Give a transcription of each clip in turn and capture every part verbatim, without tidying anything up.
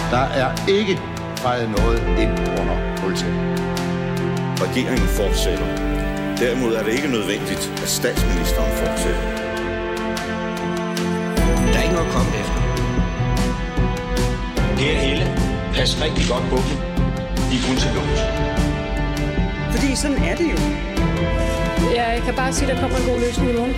Der er ikke fejret noget ind under politiet. Regeringen fortsætter. Derimod er det ikke nødvendigt, at statsministeren fortsætter. Der er ikke noget at komme efter. Per Helle, pas rigtig godt på dem. De er kun til lås. Fordi sådan er det jo. Jeg kan bare sige, at der kommer en god løsning i morgen.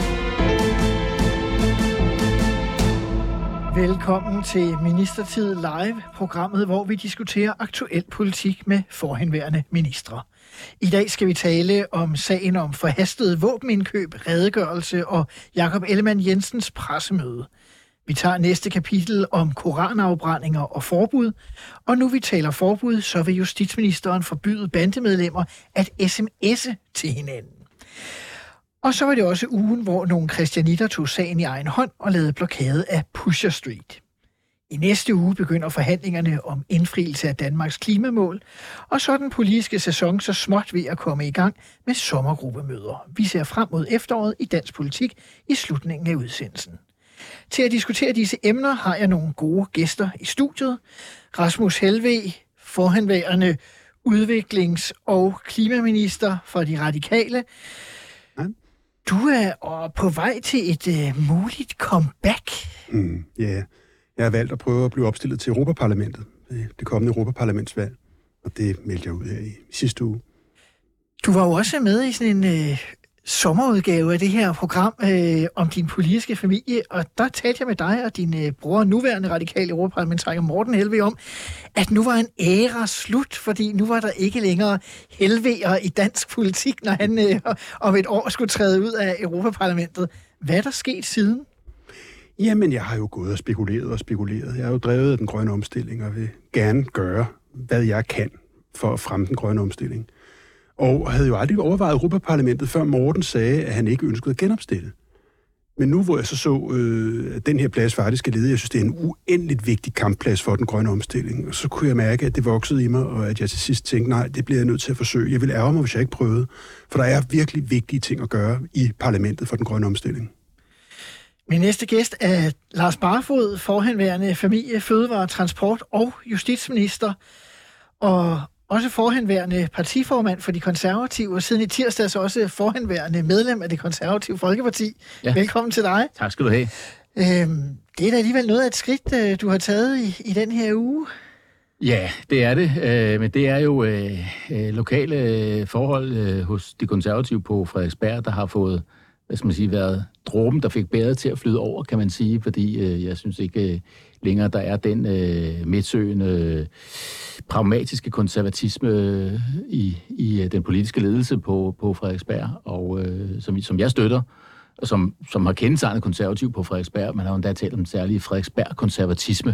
Velkommen til Ministertid Live, programmet, hvor vi diskuterer aktuel politik med forhenværende ministre. I dag skal vi tale om sagen om forhastede våbenindkøb, redegørelse og Jakob Ellemann-Jensens pressemøde. Vi tager næste kapitel om koranafbrændinger og forbud, og nu vi taler forbud, så vil justitsministeren forbyde bandemedlemmer at sms'e til hinanden. Og så var det også ugen, hvor nogle christianitter tog sagen i egen hånd og lavede blokade af Pusher Street. I næste uge begynder forhandlingerne om indfrielse af Danmarks klimamål, og så er den politiske sæson så småt ved at komme i gang med sommergruppemøder. Vi ser frem mod efteråret i dansk politik i slutningen af udsendelsen. Til at diskutere disse emner har jeg nogle gode gæster i studiet. Rasmus Helveg, forhenværende udviklings- og klimaminister for De Radikale. Du er på vej til et uh, muligt comeback. Mm, ja, yeah. Jeg har valgt at prøve at blive opstillet til Europaparlamentet. Det kommende Europaparlamentsvalg. Og det meldte jeg ud her i sidste uge. Du var jo også med i sådan en uh, sommerudgave af det her program uh, om din politiske familie. Og der talte jeg med dig og din uh, bror, nuværende radikale europaparlamentariker Morten Helveg, om, at nu var en æra slut, fordi nu var der ikke længere Helveger i dansk politik, når han uh, om et år skulle træde ud af Europaparlamentet. Hvad er der sket siden? Jamen, jeg har jo gået og spekuleret og spekuleret. Jeg har jo drevet den grønne omstilling og vil gerne gøre, hvad jeg kan for at fremme den grønne omstilling. Og havde jo aldrig overvejet Europaparlamentet, før Morten sagde, at han ikke ønskede at genopstille. Men nu, hvor jeg så så, øh, at den her plads faktisk er ledig, jeg synes, det er en uendeligt vigtig kampplads for den grønne omstilling. Og så kunne jeg mærke, at det voksede i mig, og at jeg til sidst tænkte, nej, det bliver jeg nødt til at forsøge. Jeg vil ærge mig, hvis jeg ikke prøvede. For der er virkelig vigtige ting at gøre i parlamentet for den grønne omstilling. Min næste gæst er Lars Barfoed, forhenværende familie-, fødevare-, transport- og justitsminister, og også forhenværende partiformand for De Konservative, og siden i tirsdags også forhenværende medlem af Det Konservative Folkeparti. Ja. Velkommen til dig. Tak skal du have. Øhm, det er da alligevel noget af et skridt, du har taget i, i den her uge. Ja, det er det, øh, men det er jo øh, lokale forhold øh, hos De Konservative på Frederiksberg, der har fået, hvad skal man sige, været dråben, der fik bæret til at flyde over, kan man sige, fordi øh, jeg synes ikke øh, længere, der er den øh, midtsøgende, øh, pragmatiske konservatisme øh, i, i øh, den politiske ledelse på, på Frederiksberg, og øh, som, som jeg støtter, og som, som har kendetegnet konservativ på Frederiksberg. Man har jo endda talt om den særlige Frederiksberg-konservatisme,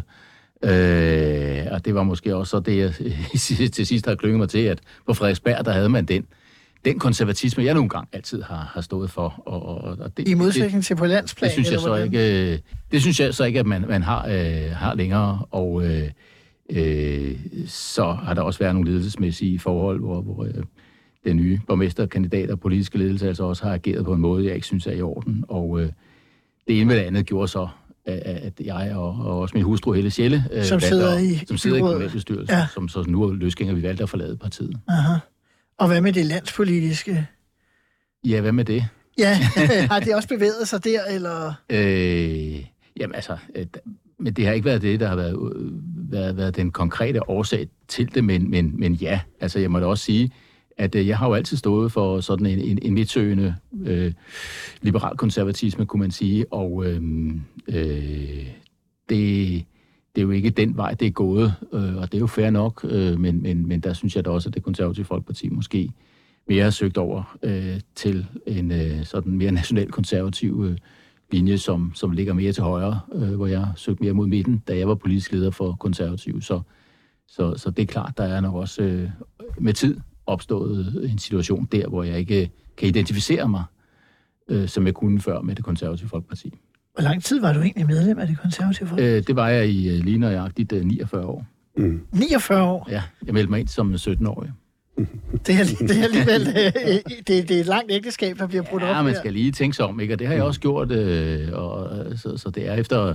øh, og det var måske også så det, jeg til sidst har klynget mig til, at på Frederiksberg, der havde man den Den konservatisme, jeg nogle gange altid har, har stået for. Og, og, og det, I modsætning det, til på landsplan? Det synes jeg så ikke, det synes jeg så ikke, at man, man har, øh, har længere. Og øh, øh, så har der også været nogle ledelsesmæssige forhold, hvor, hvor øh, den nye borgmesterkandidat og politiske ledelse altså også har ageret på en måde, jeg ikke synes er i orden. Og øh, det ene med det andet gjorde så, at jeg og, og også min hustru Helle Sjelle, øh, som sidder valgte, i, som sidder i kommunalbestyrelsen, ja. som så nu er løsgænger, vi valgte at forlade partiet. Aha. Og hvad med det landspolitiske? Ja, hvad med det? Ja, har det også bevæget sig der, eller? Øh, jamen altså, øh, men det har ikke været det, der har været, været, været den konkrete årsag til det, men, men, men ja, altså jeg må da også sige, at øh, jeg har jo altid stået for sådan en, en, en midtsøgende øh, liberal konservatisme, kunne man sige, og øh, øh, det... Det er jo ikke den vej, det er gået, øh, og det er jo fair nok, øh, men, men, men der synes jeg da også, at Det Konservative Folkeparti måske mere har søgt over øh, til en øh, sådan mere national konservativ øh, linje, som, som ligger mere til højre, øh, hvor jeg søgte mere mod midten, da jeg var politisk leder for konservativ. Så, så, så det er klart, der er nok også øh, med tid opstået en situation der, hvor jeg ikke kan identificere mig, øh, som jeg kunne før med Det Konservative Folkeparti. Hvor lang tid var du egentlig medlem af Det Konservative Folkeparti? Øh, det var jeg i uh, lige nøjagtigt uh, niogfyrre år. Mm. niogfyrre år? Ja, jeg meldte mig ind som sytten-årig. Det er, det er alligevel det, det er et langt ægteskab, der bliver brudt ja, op. Ja, man skal lige tænke sig om, ikke? Og det har jeg også gjort, øh, og, så, så det er efter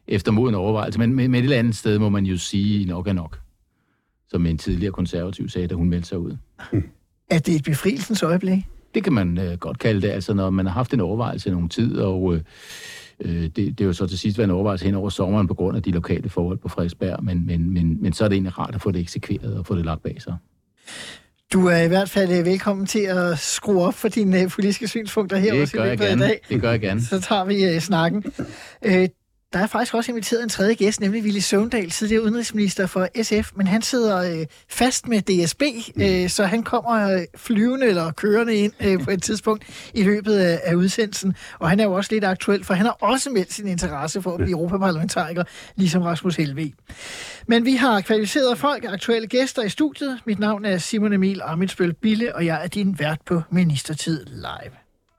efter moden overvejelse. Men med, med et eller andet sted må man jo sige, nok er nok. Som en tidligere konservativ sagde, da hun meldte sig ud. Er det et befrielsens øjeblik? Det kan man øh, godt kalde det, altså når man har haft en overvejelse i nogen tid, og øh, det, det er jo så til sidst været en overvejelse hen over sommeren på grund af de lokale forhold på Frederiksberg, men, men, men, men så er det egentlig rart at få det eksekveret og få det lagt bag sig. Du er i hvert fald velkommen til at skrue op for dine uh, politiske synspunkter her det også gør i løbet af i dag. Det gør jeg gerne. Så tager vi uh, snakken. Uh, Der er faktisk også inviteret en tredje gæst, nemlig Villy Søvndal, tidligere udenrigsminister for S F, men han sidder øh, fast med D S B, øh, så han kommer flyvende eller kørende ind øh, på et tidspunkt i løbet af, af udsendelsen, og han er jo også lidt aktuel, for han har også meldt sin interesse for at blive europaparlamentariker, ligesom Rasmus Helveg. Men vi har kvalificerede folk, aktuelle gæster i studiet. Mit navn er Simon Emil Ammitzbøll Bille, og jeg er din vært på Ministertid Live.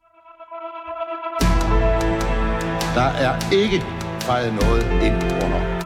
Der er ikke fejret noget ind under.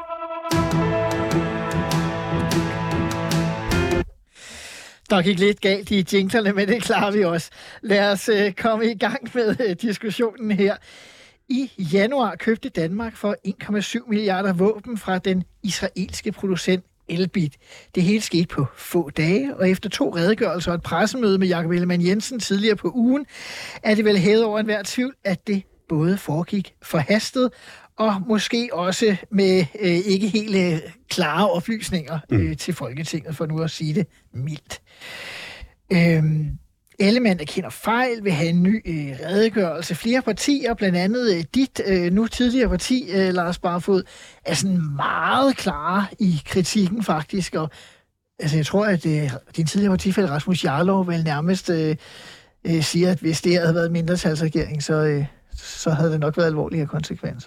Der gik lidt galt i jinglerne, men det klarer vi også. Lad os øh, komme i gang med øh, diskussionen her. I januar købte Danmark for en komma syv milliarder våben fra den israelske producent Elbit. Det hele skete på få dage, og efter to redegørelser og et pressemøde med Jakob Ellemann-Jensen tidligere på ugen, er det vel hævet over enhver tvivl, at det både foregik forhastet, og måske også med øh, ikke helt øh, klare oplysninger øh, mm. til Folketinget, for nu at sige det mildt. Øhm, Ellemann erkender fejl, vil have en ny øh, redegørelse. Flere partier, blandt andet øh, dit øh, nu tidligere parti, øh, Lars Barfoed, er sådan meget klare i kritikken faktisk. Og, altså, jeg tror, at øh, din tidligere partifælle Rasmus Jarlov vel nærmest øh, øh, siger, at hvis det havde været en mindretalsregering, så, øh, så havde det nok været alvorlige konsekvenser.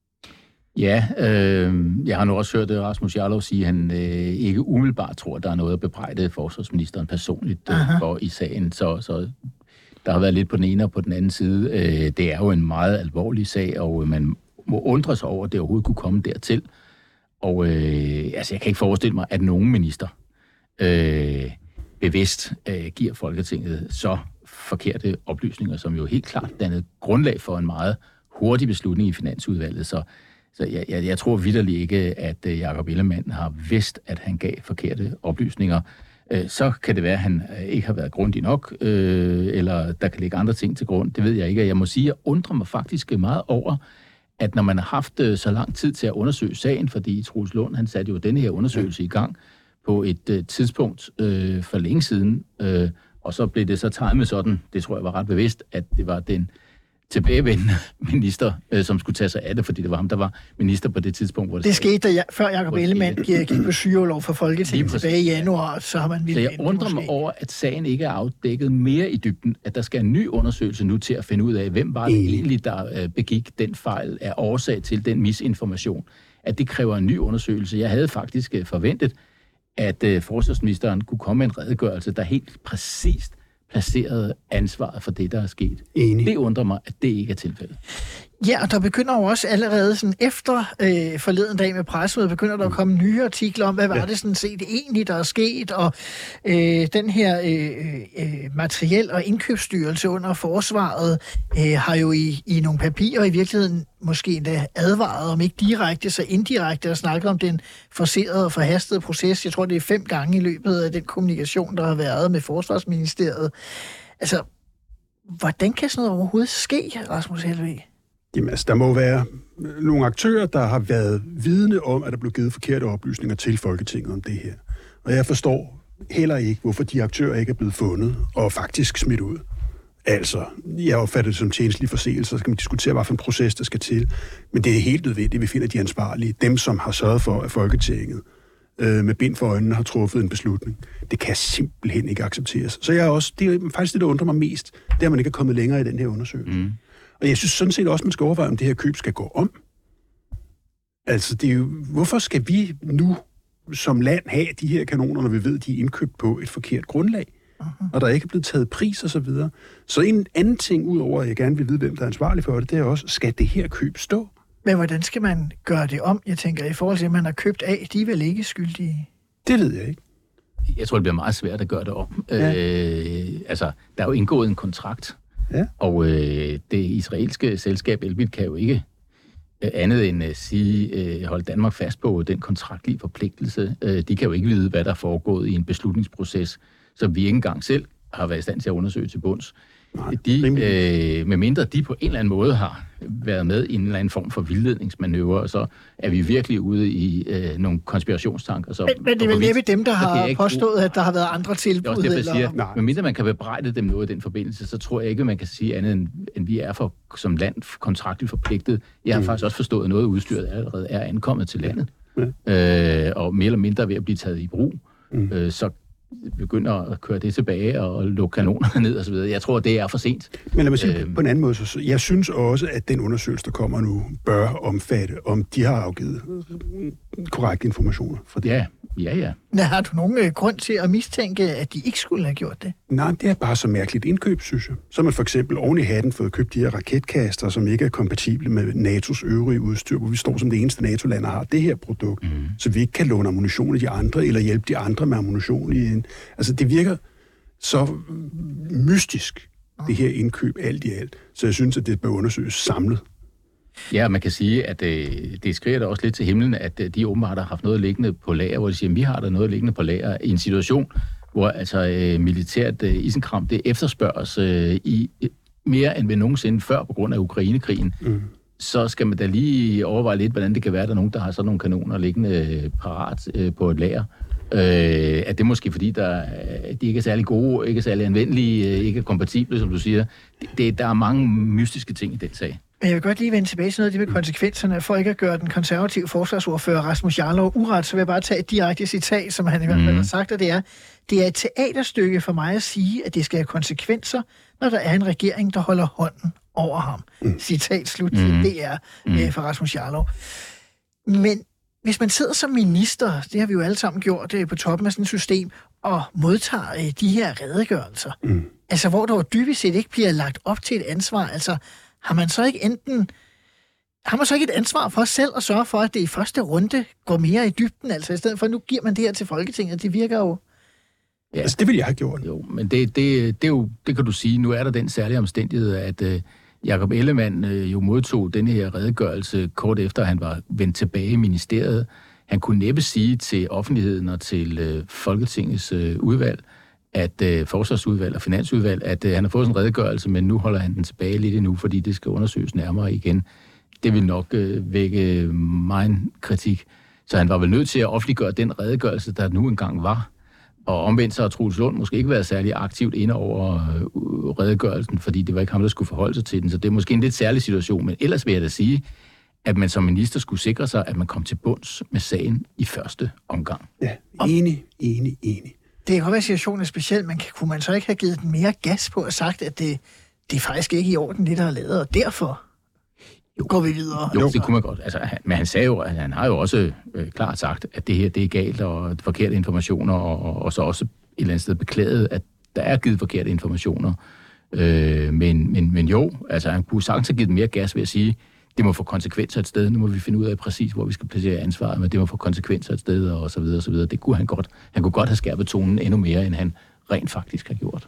Ja, øh, jeg har nu også hørt Rasmus Jarlov sige, at han øh, ikke umiddelbart tror, at der er noget at bebrejde forsvarsministeren personligt øh, for i sagen. Så, så der har været lidt på den ene og på den anden side. Øh, det er jo en meget alvorlig sag, og man må undre sig over, at det overhovedet kunne komme dertil. Og øh, altså, jeg kan ikke forestille mig, at nogen minister øh, bevidst øh, giver Folketinget så forkerte oplysninger, som jo helt klart dannede grundlag for en meget hurtig beslutning i Finansudvalget. Så Så jeg, jeg, jeg tror vitterligt ikke, at uh, Jakob Ellemann har vidst, at han gav forkerte oplysninger. Uh, så kan det være, at han uh, ikke har været grundig nok, uh, eller der kan ligge andre ting til grund. Det ved jeg ikke. Jeg må sige, at jeg undrer mig faktisk meget over, at når man har haft uh, så lang tid til at undersøge sagen, fordi Troels Lund, han satte jo denne her undersøgelse i gang på et uh, tidspunkt uh, for længe siden, uh, og så blev det så timet sådan, det tror jeg var ret bevidst, at det var den tilbagevendende minister, øh, som skulle tage sig af det, fordi det var ham, der var minister på det tidspunkt. Hvor det, det skete, da jeg, før Jakob Ellemann gik på sygeorlov for Folketinget tilbage i januar, så har man vildt. Så jeg undrer mig over, at sagen ikke er afdækket mere i dybden, at der skal en ny undersøgelse nu til at finde ud af, hvem var det egentlig, der øh, begik den fejl af årsag til den misinformation. At det kræver en ny undersøgelse. Jeg havde faktisk øh, forventet, at øh, forsvarsministeren kunne komme med en redegørelse, der helt præcist placeret ansvaret for det, der er sket. Enig. Det undrer mig, at det ikke er tilfældet. Ja, og der begynder jo også allerede sådan efter øh, forleden dag med pressemødet, begynder der at komme nye artikler om, hvad var ja. det sådan set egentlig, der er sket, og øh, den her øh, øh, materiel- og indkøbsstyrelse under forsvaret øh, har jo i, i nogle papirer i virkeligheden måske endda advaret, om ikke direkte, så indirekte, og snakket om den forcerede og forhastede proces. Jeg tror, det er fem gange i løbet af den kommunikation, der har været med Forsvarsministeriet. Altså, hvordan kan sådan noget overhovedet ske, Rasmus Helveg? Jamen altså, der må være nogle aktører, der har været vidne om, at der blev givet forkerte oplysninger til Folketinget om det her. Og jeg forstår heller ikke, hvorfor de aktører ikke er blevet fundet og faktisk smidt ud. Altså, jeg opfatter det som tjenestelig forseelse, så skal man diskutere, hvad for en proces, der skal til. Men det er helt nødvendigt, at vi finder de ansvarlige. Dem, som har sørget for, at Folketinget øh, med bind for øjnene har truffet en beslutning. Det kan simpelthen ikke accepteres. Så jeg er også, det er faktisk det, der undrer mig mest, det er, at man ikke er kommet længere i den her undersøgelse. Mm. Og jeg synes sådan set også, man skal overveje, om det her køb skal gå om. Altså, det er jo, hvorfor skal vi nu som land have de her kanoner, når vi ved, de er indkøbt på et forkert grundlag, uh-huh. og der ikke er blevet taget pris og så videre. Så en anden ting, udover at jeg gerne vil vide, hvem der er ansvarlig for det, det er også, skal det her køb stå? Men hvordan skal man gøre det om? Jeg tænker, i forhold til, at man har købt af, de er vel ikke skyldige? Det ved jeg ikke. Jeg tror, det bliver meget svært at gøre det om. Ja. Øh, altså, der er jo indgået en kontrakt, ja. og øh, det israelske selskab Elbit kan jo ikke andet end at sige, hold Danmark fast på den kontraktlige forpligtelse. De kan jo ikke vide, hvad der er foregået i en beslutningsproces, som vi ikke engang selv har været i stand til at undersøge til bunds. Nej, de, øh, med mindre de på en eller anden måde har været med i en eller anden form for vildledningsmanøvre, så er vi virkelig ude i øh, nogle konspirationstanker. Så, men, men det er vel næppe dem, der har påstået, at der har været andre tilbud? Det er også derfor, jeg siger, med mindre man kan bebrejde dem noget i den forbindelse, så tror jeg ikke, man kan sige andet, end, end vi er for, som land kontraktligt forpligtet. Jeg har mm. faktisk også forstået noget, udstyret allerede er ankommet til landet, ja. øh, og mere eller mindre ved at blive taget i brug. Mm. Øh, så begynder at køre det tilbage og lukke kanonerne ned og så videre. Jeg tror, det er for sent. Men lad mig sige øh, på en anden måde, så jeg synes også, at den undersøgelse, der kommer nu, bør omfatte, om de har afgivet korrekte informationer fra det. Ja, ja, ja. Men har du nogen grund til at mistænke, at de ikke skulle have gjort det? Nej, det er bare så mærkeligt indkøb, synes jeg. Så har man for eksempel oven i hatten fået købt de her raketkaster, som ikke er kompatible med NATO's øvrige udstyr, hvor vi står som det eneste NATO-land, der har det her produkt, mm. så vi ikke kan låne ammunition af de andre, eller hjælpe de andre med ammunition i en... Altså, det virker så mystisk, det her indkøb alt i alt. Så jeg synes, at det bør undersøges samlet. Ja, man kan sige, at øh, det skriger da også lidt til himlen, at øh, de åbenbart har haft noget liggende på lager, hvor de siger, at vi har der noget liggende på lager i en situation, hvor altså øh, militært øh, isenkram, det efterspørges øh, i øh, mere end ved nogensinde før på grund af Ukrainekrigen. Mm. Så skal man da lige overveje lidt, hvordan det kan være, at der er nogen, der har sådan nogle kanoner liggende øh, parat øh, på et lager. Øh, at det måske fordi, der, de ikke er særlig gode, ikke er særlig anvendelige, øh, ikke er kompatible, som du siger. Det, det, der er mange mystiske ting i den sag. Men jeg vil godt lige vende tilbage til noget af det med konsekvenserne. For ikke at gøre den konservative forsvarsordfører Rasmus Jarlov uret, så vil jeg bare tage et direkte citat, som han i hvert fald har sagt, og det er, det er et teaterstykke for mig at sige, at det skal have konsekvenser, når der er en regering, der holder hånden over ham. Mm. Citat slut til mm. D R mm. øh, for Rasmus Jarlov. Men hvis man sidder som minister, det har vi jo alle sammen gjort øh, på toppen af sådan et system, og modtager øh, de her redegørelser, mm. altså hvor der jo dybest set ikke bliver lagt op til et ansvar, altså har man så ikke enten har man så ikke et ansvar for selv at sørge for, at det i første runde går mere i dybden, altså i stedet for, nu giver man det her til Folketinget, det virker jo... Ja, altså det ville jeg have gjort. Jo, men det, det, det, er jo, det kan du sige, nu er der den særlige omstændighed, at øh, Jakob Ellemann øh, jo modtog denne her redegørelse kort efter, han var vendt tilbage i ministeriet. Han kunne næppe sige til offentligheden og til øh, Folketingets øh, udvalg, at øh, forsvarsudvalg og finansudvalg, at øh, han har fået sådan en redegørelse, men nu holder han den tilbage lidt endnu, fordi det skal undersøges nærmere igen. Det vil nok øh, vække megen kritik. Så han var vel nødt til at offentliggøre den redegørelse, der nu engang var. Og omvendt så har Troels Lund måske ikke været særlig aktivt inde over øh, redegørelsen, fordi det var ikke ham, der skulle forholde sig til den. Så det er måske en lidt særlig situation, men ellers vil jeg da sige, at man som minister skulle sikre sig, at man kom til bunds med sagen i første omgang. Ja, enig, enig, enig. Det kan godt være, situationen er speciel, men kunne man så ikke have givet den mere gas på og sagt, at det, det er faktisk ikke i orden, det der er lavet, og derfor jo. går vi videre? Jo, det kunne man godt. Altså, han, men han sagde jo, at han har jo også øh, klart sagt, at det her det er galt, og forkerte informationer, og, og, og så også et eller andet sted beklaget, at der er givet forkerte informationer. Øh, men, men, men jo, altså han kunne sagtens have givet mere gas ved at sige, det må få konsekvenser et sted. Nu må vi finde ud af præcis, hvor vi skal placere ansvaret, men det må få konsekvenser et sted, og så videre, og så videre. Det kunne han godt. Han kunne godt have skærpet tonen endnu mere, end han rent faktisk har gjort.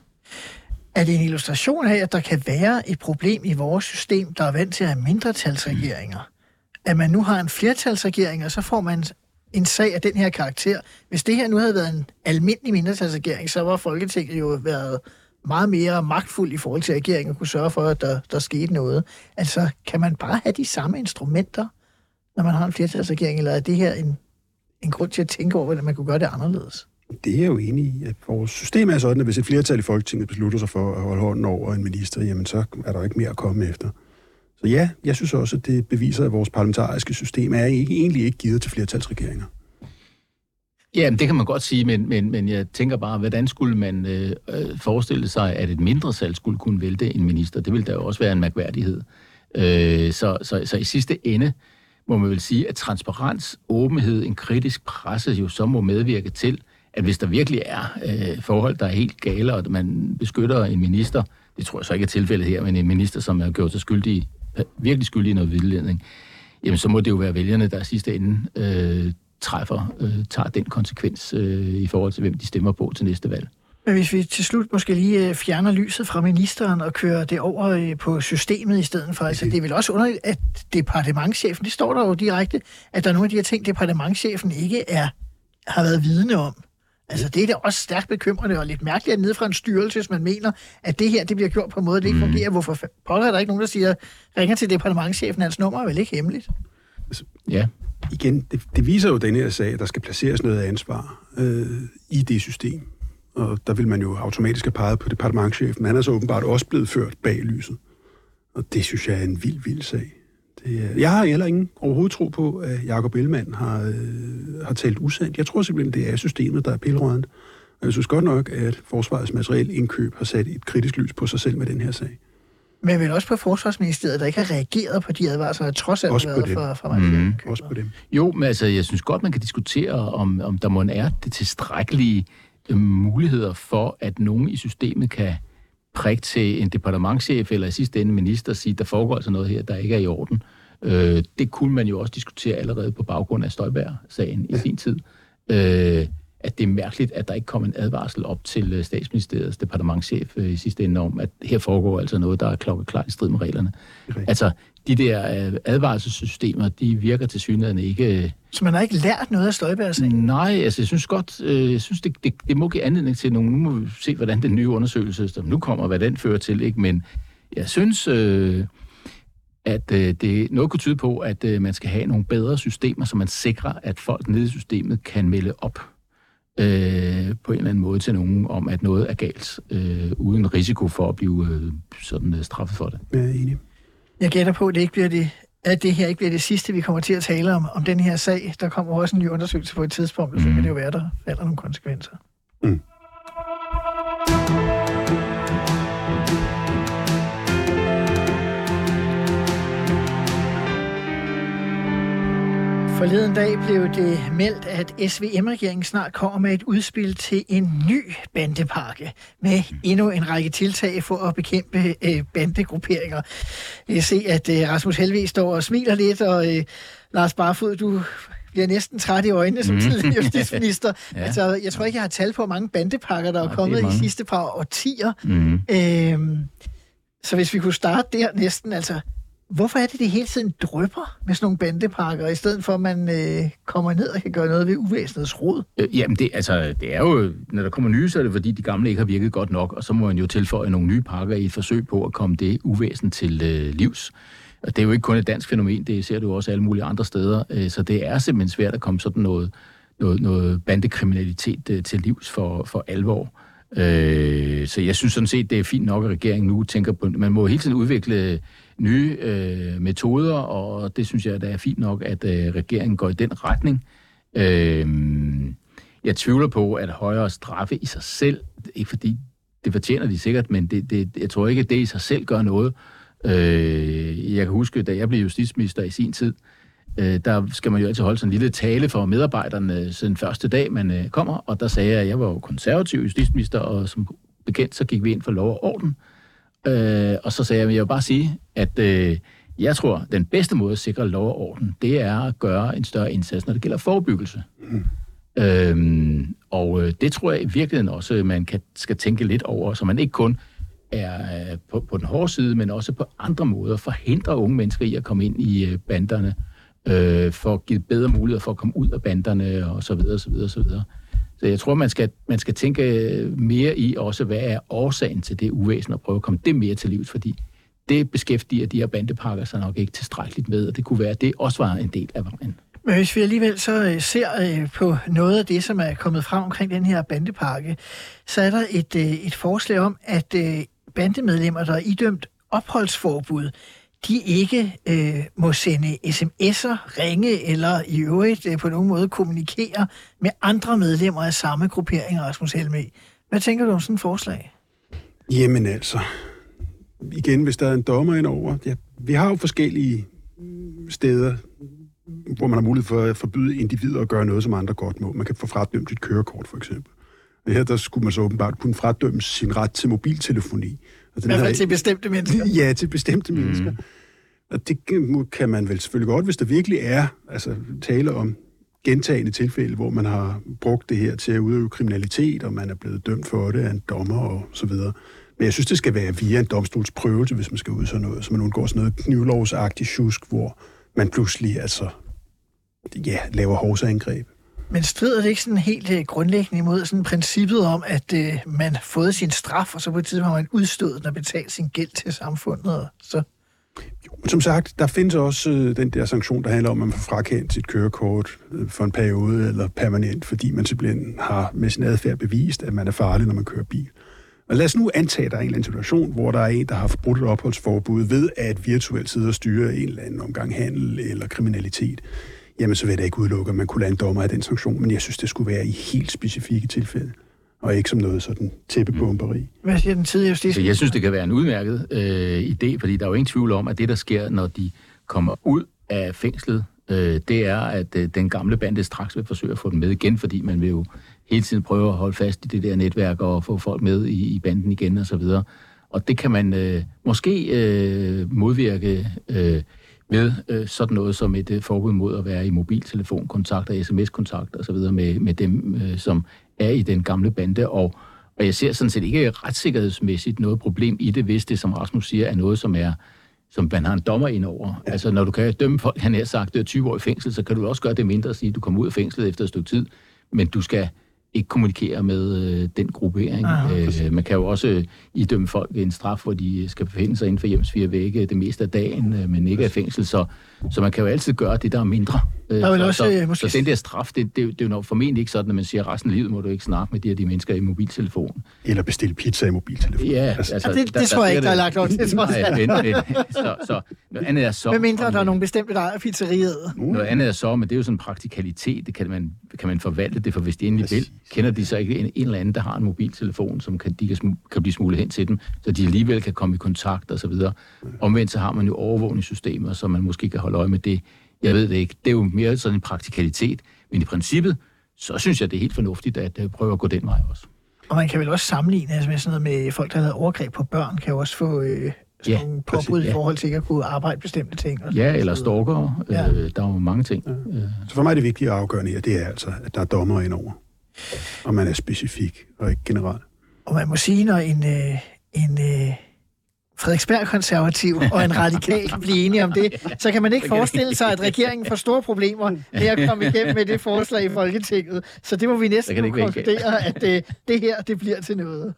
Er det en illustration af, at der kan være et problem i vores system, der er vant til at have mindretalsregeringer? Mm. At man nu har en flertalsregering, og så får man en sag af den her karakter. Hvis det her nu havde været en almindelig mindretalsregering, så var Folketinget jo været meget mere magtfuld i forhold til regeringen og kunne sørge for, at der, der skete noget. Altså, kan man bare have de samme instrumenter, når man har en flertalsregering, eller er det her en, en grund til at tænke over, hvordan man kunne gøre det anderledes? Det er jeg jo enig i, at vores system er sådan, at hvis et flertal i Folketinget beslutter sig for at holde hånden over en minister, jamen så er der ikke mere at komme efter. Så ja, jeg synes også, at det beviser, at vores parlamentariske system er ikke, egentlig ikke givet til flertalsregeringer. Ja, det kan man godt sige, men, men, men jeg tænker bare, hvordan skulle man øh, forestille sig, at et mindretal skulle kunne vælte en minister? Det ville da jo også være en mærkværdighed. Øh, så, så, så i sidste ende må man vel sige, at transparens, åbenhed, en kritisk presse jo så må medvirke til, at hvis der virkelig er øh, forhold, der er helt gale, og man beskytter en minister, det tror jeg så ikke er tilfældet her, men en minister, som er gjort sig skyldig, virkelig skyldig i noget vildledning, jamen så må det jo være vælgerne, der i sidste ende øh, træffer, øh, tager den konsekvens øh, i forhold til, hvem de stemmer på til næste valg. Men hvis vi til slut måske lige fjerner lyset fra ministeren og kører det over på systemet i stedet for, altså det er vel også underligt, at departementschefen, det står der jo direkte, at der er nogle af de her ting, departementschefen ikke er, har været vidne om. Altså det er da også stærkt bekymrende og lidt mærkeligt, at nede fra en styrelse, hvis man mener, at det her det bliver gjort på en måde, det ikke mm. fungerer. Hvorfor pokker er der ikke nogen, der siger, ringer til departementschefen, hans nummer er vel ikke hemmeligt? Altså, ja. Igen, det, det viser jo den her sag, at der skal placeres noget ansvar øh, i det system. Og der vil man jo automatisk have peget på departementschefen. Han er så åbenbart også blevet ført bag lyset. Og det synes jeg er en vild, vild sag. Det er, jeg har heller ingen overhovedet tro på, at Jakob Ellemann har, øh, har talt usandt. Jeg tror simpelthen, det er systemet, der er pillerødent. Og jeg synes godt nok, at Forsvarets materielindkøb har sat et kritisk lys på sig selv med den her sag. Men vel også på Forsvarsministeriet, der ikke har reageret på de advarsler, der trods alt har været fra, fra mm. Også på dem. Jo, men altså, jeg synes godt, man kan diskutere, om, om der må er det tilstrækkelige øh, muligheder for, at nogen i systemet kan prikke til en departementschef eller i sidste ende minister og sige, der foregår altså noget her, der ikke er i orden. Øh, det kunne man jo også diskutere allerede på baggrund af Støjberg-sagen ja. i sin tid. Øh, at det er mærkeligt, at der ikke kom en advarsel op til Statsministeriets departementschef i sidste ende om, at her foregår altså noget, der er klokkeklart i strid med reglerne. Okay. Altså, de der advarselssystemer, de virker til synligheden ikke... Så man har ikke lært noget af Støjberg-sagen? Nej, altså jeg synes godt, øh, jeg synes, det, det, det må give anledning til nogen. Nu må vi se, hvordan den nye undersøgelse, som nu kommer, hvad den fører til, ikke? Men jeg synes... Øh, at øh, det noget kunne tyde på, at øh, man skal have nogle bedre systemer, så man sikrer, at folk nede i systemet kan melde op øh, på en eller anden måde til nogen om, at noget er galt, øh, uden risiko for at blive øh, sådan øh, straffet for det. Jeg er enig. Jeg gætter på, at det, ikke bliver det, at det her ikke bliver det sidste, vi kommer til at tale om, om den her sag. Der kommer også en ny undersøgelse på et tidspunkt, og så mm. kan det jo være, der falder nogle konsekvenser. Mm. Forleden dag blev det meldt, at S V M-regeringen snart kommer med et udspil til en ny bandepakke med endnu en række tiltag for at bekæmpe øh, bandegrupperinger. Jeg kan se, at øh, Rasmus Helveg står og smiler lidt, og øh, Lars Barfod, du bliver næsten træt i øjnene som tidligere justitsminister. ja. Altså, jeg tror ikke, jeg har tal på, hvor mange bandepakker, der er kommet i de sidste par årtier. Mm. Øhm, så hvis vi kunne starte der næsten, altså... Hvorfor er det, det hele tiden drypper med sådan nogle bandepakker, i stedet for, at man øh, kommer ned og kan gøre noget ved uvæsenets rod? Øh, jamen, det, altså, det er jo, når der kommer nye, så er det, fordi de gamle ikke har virket godt nok, og så må man jo tilføje nogle nye pakker i et forsøg på at komme det uvæsen til øh, livs. Og det er jo ikke kun et dansk fænomen, det ser du også alle mulige andre steder, øh, så det er simpelthen svært at komme sådan noget, noget, noget bandekriminalitet øh, til livs for, for alvor. Øh, så jeg synes sådan set, det er fint nok, at regeringen nu tænker på, man må hele tiden udvikle nye øh, metoder, og det synes jeg, det er fint nok, at øh, regeringen går i den retning. Øh, jeg tvivler på, at højere straffe i sig selv, ikke fordi det fortjener de sikkert, men det, det, jeg tror ikke, at det i sig selv gør noget. Øh, jeg kan huske, da jeg blev justitsminister i sin tid, øh, der skal man jo altid holde sådan en lille tale for medarbejderne den første dag, man øh, kommer, og der sagde jeg, at jeg var jo konservativ justitsminister, og som bekendt, så gik vi ind for lov og orden. Øh, og så sagde jeg, at jeg vil bare sige, at øh, jeg tror, at den bedste måde at sikre lov og orden, det er at gøre en større indsats, når det gælder forebyggelse. Mm. Øh, og øh, det tror jeg i virkeligheden også, man kan, skal tænke lidt over, så man ikke kun er øh, på, på den hårde side, men også på andre måder forhindrer unge mennesker i at komme ind i øh, banderne, øh, for at give bedre muligheder for at komme ud af banderne, og så videre, så videre, så videre. Så jeg tror, man skal, man skal tænke mere i også, hvad er årsagen til det uvæsen, og prøve at komme det mere til livs, fordi det beskæftiger de her bandepakker sig nok ikke tilstrækkeligt med, og det kunne være, at det også var en del af vejen. Men hvis vi alligevel så ser på noget af det, som er kommet frem omkring den her bandepakke, så er der et, et forslag om, at bandemedlemmer, der er idømt opholdsforbud, de ikke øh, må sende sms'er, ringe eller i øvrigt øh, på nogen måde kommunikere med andre medlemmer af samme gruppering, Rasmus Helveg. Hvad tænker du om sådan et forslag? Jamen altså, igen, hvis der er en dommer indover. Ja, vi har jo forskellige steder, hvor man har mulighed for at forbyde individer at gøre noget, som andre godt må. Man kan få fradømt sit kørekort, for eksempel. Og her der skulle man så åbenbart kunne fradømme sin ret til mobiltelefoni. I hvert fald til bestemte mennesker. Ja, til bestemte mm. mennesker. Og det kan man vel selvfølgelig godt, hvis der virkelig er altså, tale om gentagende tilfælde, hvor man har brugt det her til at udøve kriminalitet, og man er blevet dømt for det af en dommer og så videre. Men jeg synes, det skal være via en domstolsprøvelse, hvis man skal ud sådan noget, så man undgår sådan noget knivlovsagtigt sjusk, hvor man pludselig altså, ja, laver hovsaangreb. Men strider det ikke sådan helt uh, grundlæggende imod sådan princippet om, at uh, man har fået sin straf, og så på et tidspunkt har man udstået og betalt sin gæld til samfundet? Og så... Jo, men som sagt, der findes også øh, den der sanktion, der handler om, at man får frakendt sit kørekort øh, for en periode eller permanent, fordi man simpelthen har med sin adfærd bevist, at man er farlig, når man kører bil. Og lad os nu antage, at der er en eller anden situation, hvor der er en, der har forbrudt et opholdsforbud ved at virtuelt sidde og styre en eller anden omgang handel eller kriminalitet. Jamen, så vil jeg ikke udelukke, at man kunne lade en dommer af den sanktion, men jeg synes, det skulle være i helt specifikke tilfælde, og ikke som noget sådan tæppebumperi. Hvad siger den tidligere justitsminister? Jeg synes, det kan være en udmærket øh, idé, fordi der er jo ingen tvivl om, at det, der sker, når de kommer ud af fængslet, øh, det er, at øh, den gamle bande straks vil forsøge at få dem med igen, fordi man vil jo hele tiden prøve at holde fast i det der netværk og få folk med i, i banden igen og så videre. Og det kan man øh, måske øh, modvirke øh, ved øh, sådan noget som et øh, forbud mod at være i mobiltelefonkontakt og sms-kontakt og så videre med, med dem, øh, som er i den gamle bande. Og, og jeg ser sådan set ikke retssikkerhedsmæssigt noget problem i det, hvis det, som Rasmus siger, er noget, som er som man har en dommer ind over. Ja. Altså, når du kan dømme folk, han har sagt, det er tyve år i fængsel, så kan du også gøre det mindre og sige, at du kommer ud af fængslet efter et stykke tid, men du skal ikke kommunikere med øh, den gruppering. Øh, man kan jo også øh, idømme folk en straf, hvor de skal befinde sig inden for hjems fire vægge det meste af dagen, øh, men ikke af fængsel, så, så man kan jo altid gøre det, der er mindre. Øh, så, også, så, måske... så den der straf, det, det, det er jo nok formentlig ikke sådan, at man siger, at resten af livet må du ikke snakke med de her de mennesker i mobiltelefonen. Eller bestille pizza i mobiltelefonen. Ja, altså, altså, ja det, det der, tror jeg ikke, der er lagt over til. Nej, men, men, så, så, noget andet er så... Med mindre der er nogle bestemte, der er pizzeriet. Uh. Noget andet er så, men det er jo sådan en praktikalitet, det kan man, kan man forvalte det, for hvis de endelig vil, kender de så ikke en, en eller anden, der har en mobiltelefon, som kan, de kan, sm- kan blive smuglet hen til dem, så de alligevel kan komme i kontakt og så videre. Omvendt så har man jo overvågningssystemer, så man måske kan holde øje med det. Jeg ved det ikke. Det er jo mere sådan en praktikalitet, men i princippet, så synes jeg, det er helt fornuftigt at uh, prøve at gå den vej også. Og man kan vel også sammenligne altså med sådan noget med folk, der har lavet overgreb på børn, kan jo også få øh, sådan ja, nogle påbud ja. i forhold til ikke at kunne arbejde bestemte ting. Og ja, eller stalker. Ja. Øh, der er jo mange ting. Ja. Så for mig er det vigtige at afgøre her, det er altså, at der er dommer indover. Og man er specifik og ikke generel. Og man må sige, når en, øh, en øh, Frederiksberg-konservativ og en radikal kan blive enige om det, så kan man ikke forestille sig, at regeringen får store problemer med at komme igennem med det forslag i Folketinget. Så det må vi næsten konkludere, at øh, det her, det bliver til noget.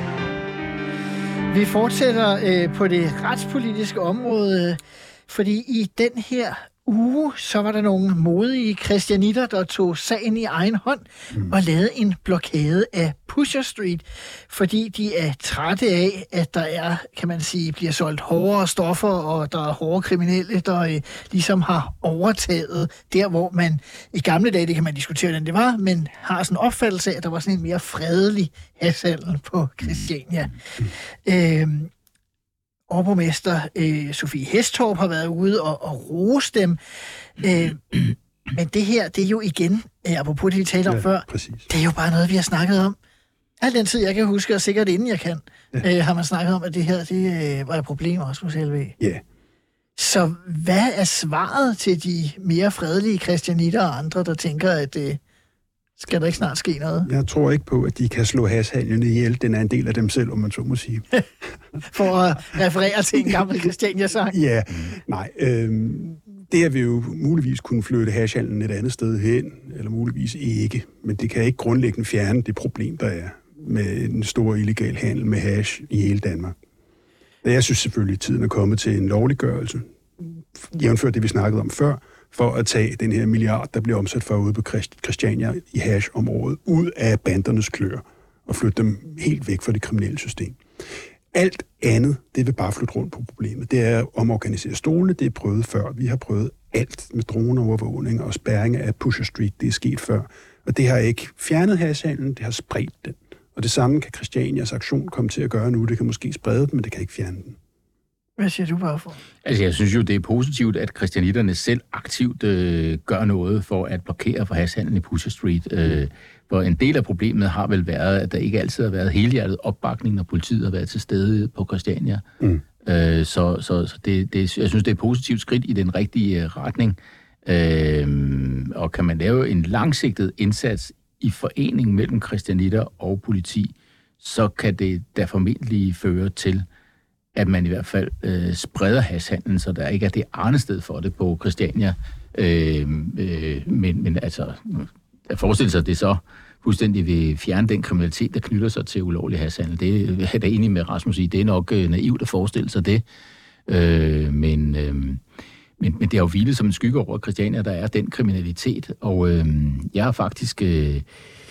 Vi fortsætter øh, på det retspolitiske område, fordi i den her uge, så var der nogle modige christianitter, der tog sagen i egen hånd mm. og lavede en blokade af Pusher Street, fordi de er trætte af, at der er, kan man sige, bliver solgt hårdere stoffer, og der er hårde kriminelle, der øh, ligesom har overtaget der, hvor man i gamle dage, det kan man diskutere, hvordan det var, men har sådan en opfattelse af, at der var sådan en mere fredelig hashhandel på Christiania. Mm. Øh, Overborgmester øh, Sofie Hestorp har været ude og, og rose dem. Øh, men det her, det er jo igen, øh, apropos det, vi talte om ja, før, præcis. Det er jo bare noget, vi har snakket om. Al den tid, jeg kan huske, og sikkert inden jeg kan, ja. øh, har man snakket om, at det her, det øh, var et problem også hos L V. Ja. Så hvad er svaret til de mere fredelige christianitter og andre, der tænker, at øh, skal der ikke snart ske noget? Jeg tror ikke på, at de kan slå hashhandlerne ihjel. Den er en del af dem selv, om man så må sige. For at referere til en gammel Christiania-sang. Ja, nej. Øhm, det har vi jo muligvis kunne flytte hashhandlen et andet sted hen, eller muligvis ikke. Men det kan ikke grundlæggende fjerne det problem, der er med en stor illegal handel med hash i hele Danmark. Jeg synes selvfølgelig, at tiden er kommet til en lovliggørelse. Jævnfør det, vi snakkede om før, for at tage den her milliard, der bliver omsat for ude på Christiania i hash-området, ud af bandernes klør og flytte dem helt væk fra det kriminelle system. Alt andet, det vil bare flytte rundt på problemet. Det er at omorganisere stolene, det er prøvet før. Vi har prøvet alt med droneovervågning og spærring af Pusher Street, det er sket før. Og det har ikke fjernet hashhandlen, det har spredt den. Og det samme kan Christianias aktion komme til at gøre nu. Det kan måske sprede den, men det kan ikke fjerne den. Hvad siger du bare for? Altså, jeg synes jo, det er positivt, at christianitterne selv aktivt øh, gør noget for at blokere for hashhandlen i Pusher Street. Øh, for en del af problemet har vel været, at der ikke altid har været helhjertet opbakning, når politiet har været til stede på Christiania. Mm. Øh, så så, så det, det, jeg synes, det er et positivt skridt i den rigtige retning. Øh, og kan man lave en langsigtet indsats i forening mellem christianitter og politi, så kan det da formentlig føre til, at man i hvert fald øh, spreder hashhandlen, så der ikke er det arnested for det på Christiania. Øh, øh, men, men altså, jeg forestiller sig, at det så fuldstændig vil fjerne den kriminalitet, der knytter sig til ulovlig hashhandel. Det er jeg da enig med Rasmus i. Det er nok øh, naivt at forestille sig det. Øh, men, øh, men, men det er jo hvilet som en skygge over Christiania, der er den kriminalitet. Og øh, jeg har faktisk øh,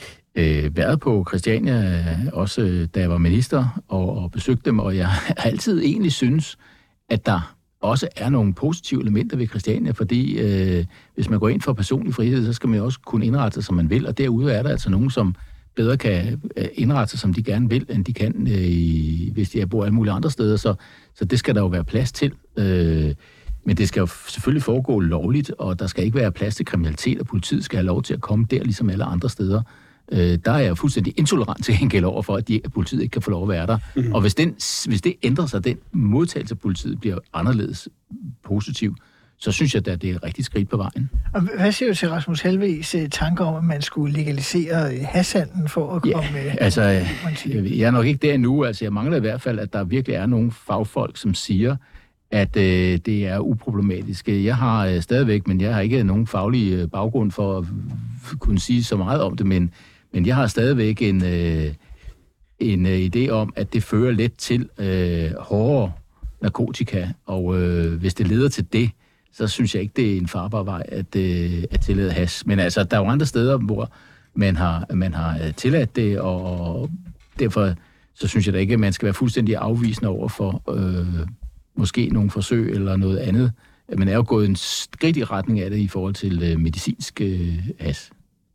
øh, været på Christiania, også øh, da jeg var minister, og, og besøgte dem, og jeg har altid egentlig synes, at der også er nogle positive elementer ved Christiania, fordi øh, hvis man går ind for personlig frihed, så skal man jo også kunne indrette sig, som man vil, og derude er der altså nogen, som bedre kan indrette sig, som de gerne vil, end de kan, øh, hvis de bor alle mulige andre steder, så, så det skal der jo være plads til. Øh, men det skal jo selvfølgelig foregå lovligt, og der skal ikke være plads til kriminalitet, og politiet skal have lov til at komme der, ligesom alle andre steder. Øh, der er jeg fuldstændig intolerant til gengæld over for, at, de, at politiet ikke kan få lov at være der. Mm-hmm. Og hvis, den, hvis det ændrer sig, den modtagelse af politiet bliver anderledes positiv, så synes jeg, at det er et rigtigt skridt på vejen. Og hvad siger du til Rasmus Helvegs tanker om, at man skulle legalisere hashhandlen for at komme med? Ja, altså, jeg er nok ikke der endnu. Altså, jeg mangler i hvert fald, at der virkelig er nogle fagfolk, som siger, at øh, det er uproblematisk. Jeg har øh, stadigvæk, men jeg har ikke nogen faglig øh, baggrund for at kunne sige så meget om det, men Men jeg har stadigvæk en, øh, en øh, idé om, at det fører let til øh, hårdere narkotika, og øh, hvis det leder til det, så synes jeg ikke, det er en farbar vej at, øh, at tillade hash. Men altså, der er jo andre steder, hvor man har, man har tilladt det, og derfor så synes jeg da ikke, at man skal være fuldstændig afvisende over for øh, måske nogle forsøg eller noget andet. Man er jo gået en skridt i retning af det i forhold til øh, medicinsk øh, hash.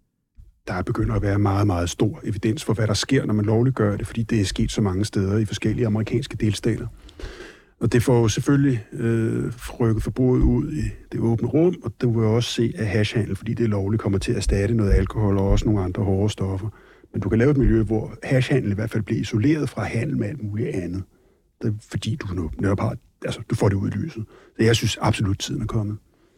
Der begynder at være meget, meget stor evidens for, hvad der sker, når man lovliggør det, fordi det er sket så mange steder i forskellige amerikanske delstater. Og det får jo selvfølgelig øh, rykket forbruget ud i det åbne rum, og det vil også se, at hashhandel, fordi det er lovligt, kommer til at erstatte noget alkohol og også nogle andre hårde stoffer. Men du kan lave et miljø, hvor hashhandel i hvert fald bliver isoleret fra handel med alt muligt andet. Det er, fordi du netop har, altså, du får det ud i lyset. Så jeg synes absolut, tiden er kommet.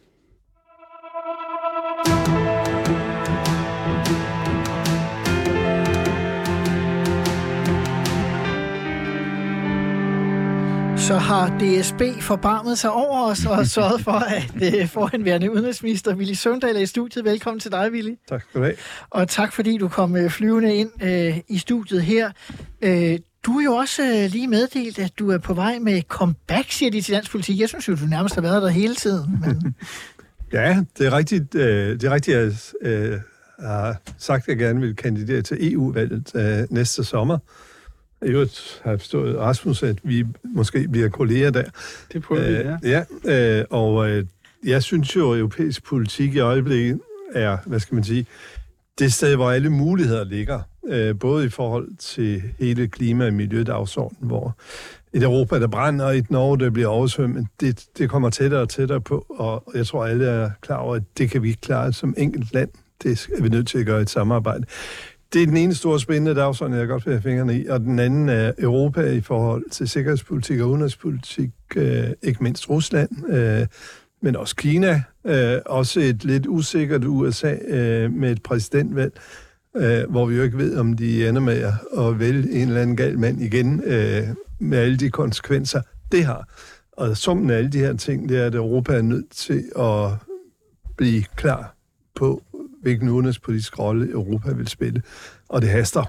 Så har D S B forbarmet sig over os og sørget for, at uh, forhenværende udenrigsminister Villy Søvndal er i studiet. Velkommen til dig, Villy. Tak skal du have. Og tak, fordi du kom uh, flyvende ind uh, i studiet her. Uh, du er jo også uh, lige meddelt, at du er på vej med comeback, siger de til dansk politik. Jeg synes jo, du nærmest har været der hele tiden. Men... ja, det er rigtigt. Uh, det er rigtigt, at jeg uh, har sagt, at jeg gerne vil kandidere til E U-valget uh, næste sommer. I øvrigt har jeg forstået, Rasmus, at vi måske bliver kolleger der. Det prøver vi, ja. Ja, øh, og øh, jeg synes jo, at europæisk politik i øjeblikket er, hvad skal man sige, det sted, hvor alle muligheder ligger. Øh, både i forhold til hele klima- og miljødagsordenen, hvor et Europa, der brænder, og et Norge, der bliver oversvømmet, det, det kommer tættere og tættere på, og jeg tror, alle er klar over, at det kan vi ikke klare som enkelt land. Det er vi nødt til at gøre et samarbejde. Det er den ene store spændende dagsorden, jeg godt vil have fingrene i, og den anden er Europa i forhold til sikkerhedspolitik og udenrigspolitik, øh, ikke mindst Rusland, øh, men også Kina, øh, også et lidt usikkert U S A øh, med et præsidentvalg, øh, hvor vi jo ikke ved, om de ender med at vælge en eller anden gal mand igen, øh, med alle de konsekvenser, det har. Og summen af alle de her ting, det er, at Europa er nødt til at blive klar på, hvilken udenrigspolitisk rolle Europa vil spille, og det haster.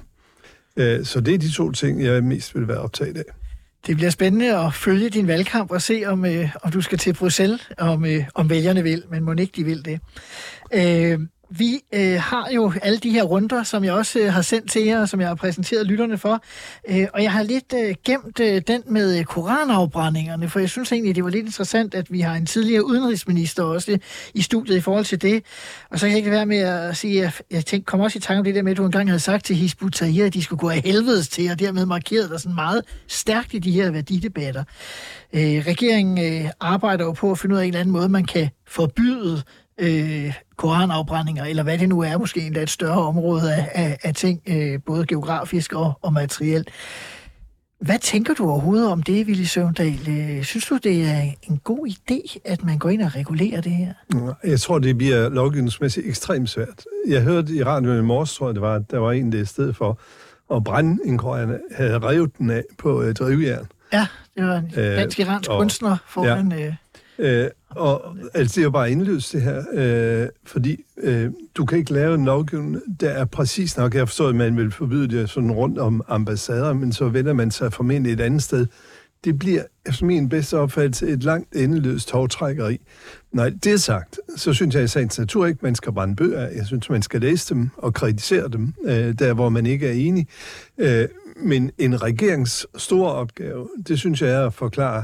Så det er de to ting, jeg mest vil være optaget af. Det bliver spændende at følge din valgkamp og se, om, øh, om du skal til Bruxelles, om, øh, om vælgerne vil, men må ikke de vil det. Øh, vi øh, har jo alle de her runder, som jeg også øh, har sendt til jer, som jeg har præsenteret lytterne for, øh, og jeg har lidt øh, gemt øh, den med koranafbrændingerne, for jeg synes egentlig, det var lidt interessant, at vi har en tidligere udenrigsminister også i studiet i forhold til det, og så kan jeg ikke være med at sige, at jeg tænkte, kom også i tanke om det der med, at du engang havde sagt til Hizb ut-Tahrir, at de skulle gå af helvedes til, og dermed markerede der sådan meget stærkt i de her værdidebatter. Øh, regeringen øh, arbejder jo på at finde ud af en eller anden måde, man kan forbyde Øh, koranafbrændinger, eller hvad det nu er, måske endda et større område af, af, af ting, øh, både geografisk og, og materielt. Hvad tænker du overhovedet om det, Villy Søvndal? Synes du, det er en god idé, at man går ind og regulerer det her? Jeg tror, det bliver lovgivningsmæssigt ekstremt svært. Jeg hørte i radioen i morges, tror jeg, det var, der var en, der i stedet for at brænde en havde revet den af på øh, drivjern. Ja, det var en dansk-iransk øh, kunstner foran... Ja. Øh, Øh, og altså, det er jo bare indløst det her, øh, fordi øh, du kan ikke lave en lovgivning, der er præcis nok. Jeg forstår, at man vil forbyde det sådan rundt om ambassader, men så vender man sig formentlig et andet sted. Det bliver, efter min bedste opfattelse, et langt endeløst tovtrækkeri. Nej, det er sagt, så synes jeg i sagens natur ikke, man skal brænde bøger af. Jeg synes, man skal læse dem og kritisere dem, øh, der hvor man ikke er enig. Øh, men en regerings store opgave, det synes jeg er at forklare.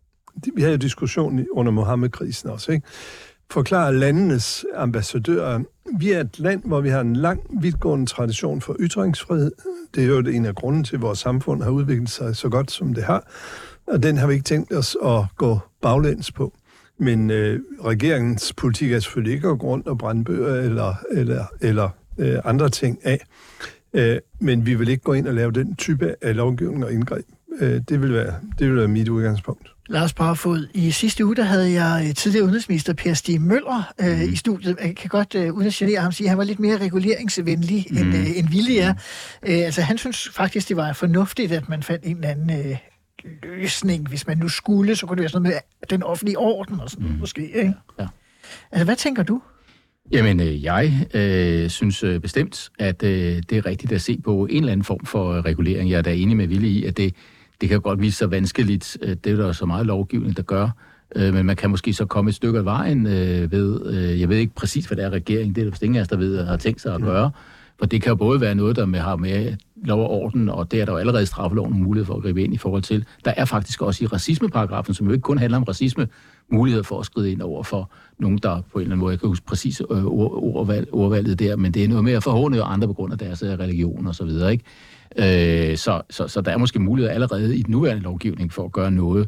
Vi havde jo diskussion under Mohammed-krisen også, ikke? Forklare landenes ambassadører. Vi er et land, hvor vi har en lang, vidtgående tradition for ytringsfrihed. Det er jo en af grunden til, at vores samfund har udviklet sig så godt, som det har. Og den har vi ikke tænkt os at gå baglæns på. Men øh, regeringens politik er selvfølgelig ikke at gå rundt og brænde bøger eller, eller, eller øh, andre ting af. Øh, men vi vil ikke gå ind og lave den type af lovgivning og indgreb. Øh, det, vil være, det vil være mit udgangspunkt. Lars Barfoed, i sidste uge, der havde jeg tidligere udenrigsminister Per Stig Møller øh, mm. i studiet. Jeg kan godt, øh, uden at genere ham, sige, at han var lidt mere reguleringsvenlig, mm. end, øh, end Villy er. Øh, altså, han synes faktisk, det var fornuftigt, at man fandt en eller anden øh, løsning. Hvis man nu skulle, så kunne det være sådan noget med den offentlige orden og sådan mm. måske. Ikke? Ja. Altså, hvad tænker du? Jamen, øh, jeg øh, synes øh, bestemt, at øh, det er rigtigt at se på en eller anden form for øh, regulering. Jeg er da enig med Villy i, at det Det kan godt vise sig vanskeligt. Det er der så meget lovgivning, der gør. Men man kan måske så komme et stykke af vejen ved... Jeg ved ikke præcis, hvad det er regeringen. Det er der vist ingen af os, der ved, at har tænkt sig at gøre. For det kan jo både være noget, der med, har med lov og orden, og det er der jo allerede straffeloven mulighed for at gribe ind i forhold til. Der er faktisk også i racismeparagrafen, som jo ikke kun handler om racisme, mulighed for at skride ind over for nogen, der på en eller anden måde, jeg kan huske præcis ordvalg, ordvalget der, men det er noget med at forhåne andre på grund af deres religion og så videre, ikke? Øh, så, så, så der er måske mulighed allerede i den nuværende lovgivning for at gøre noget.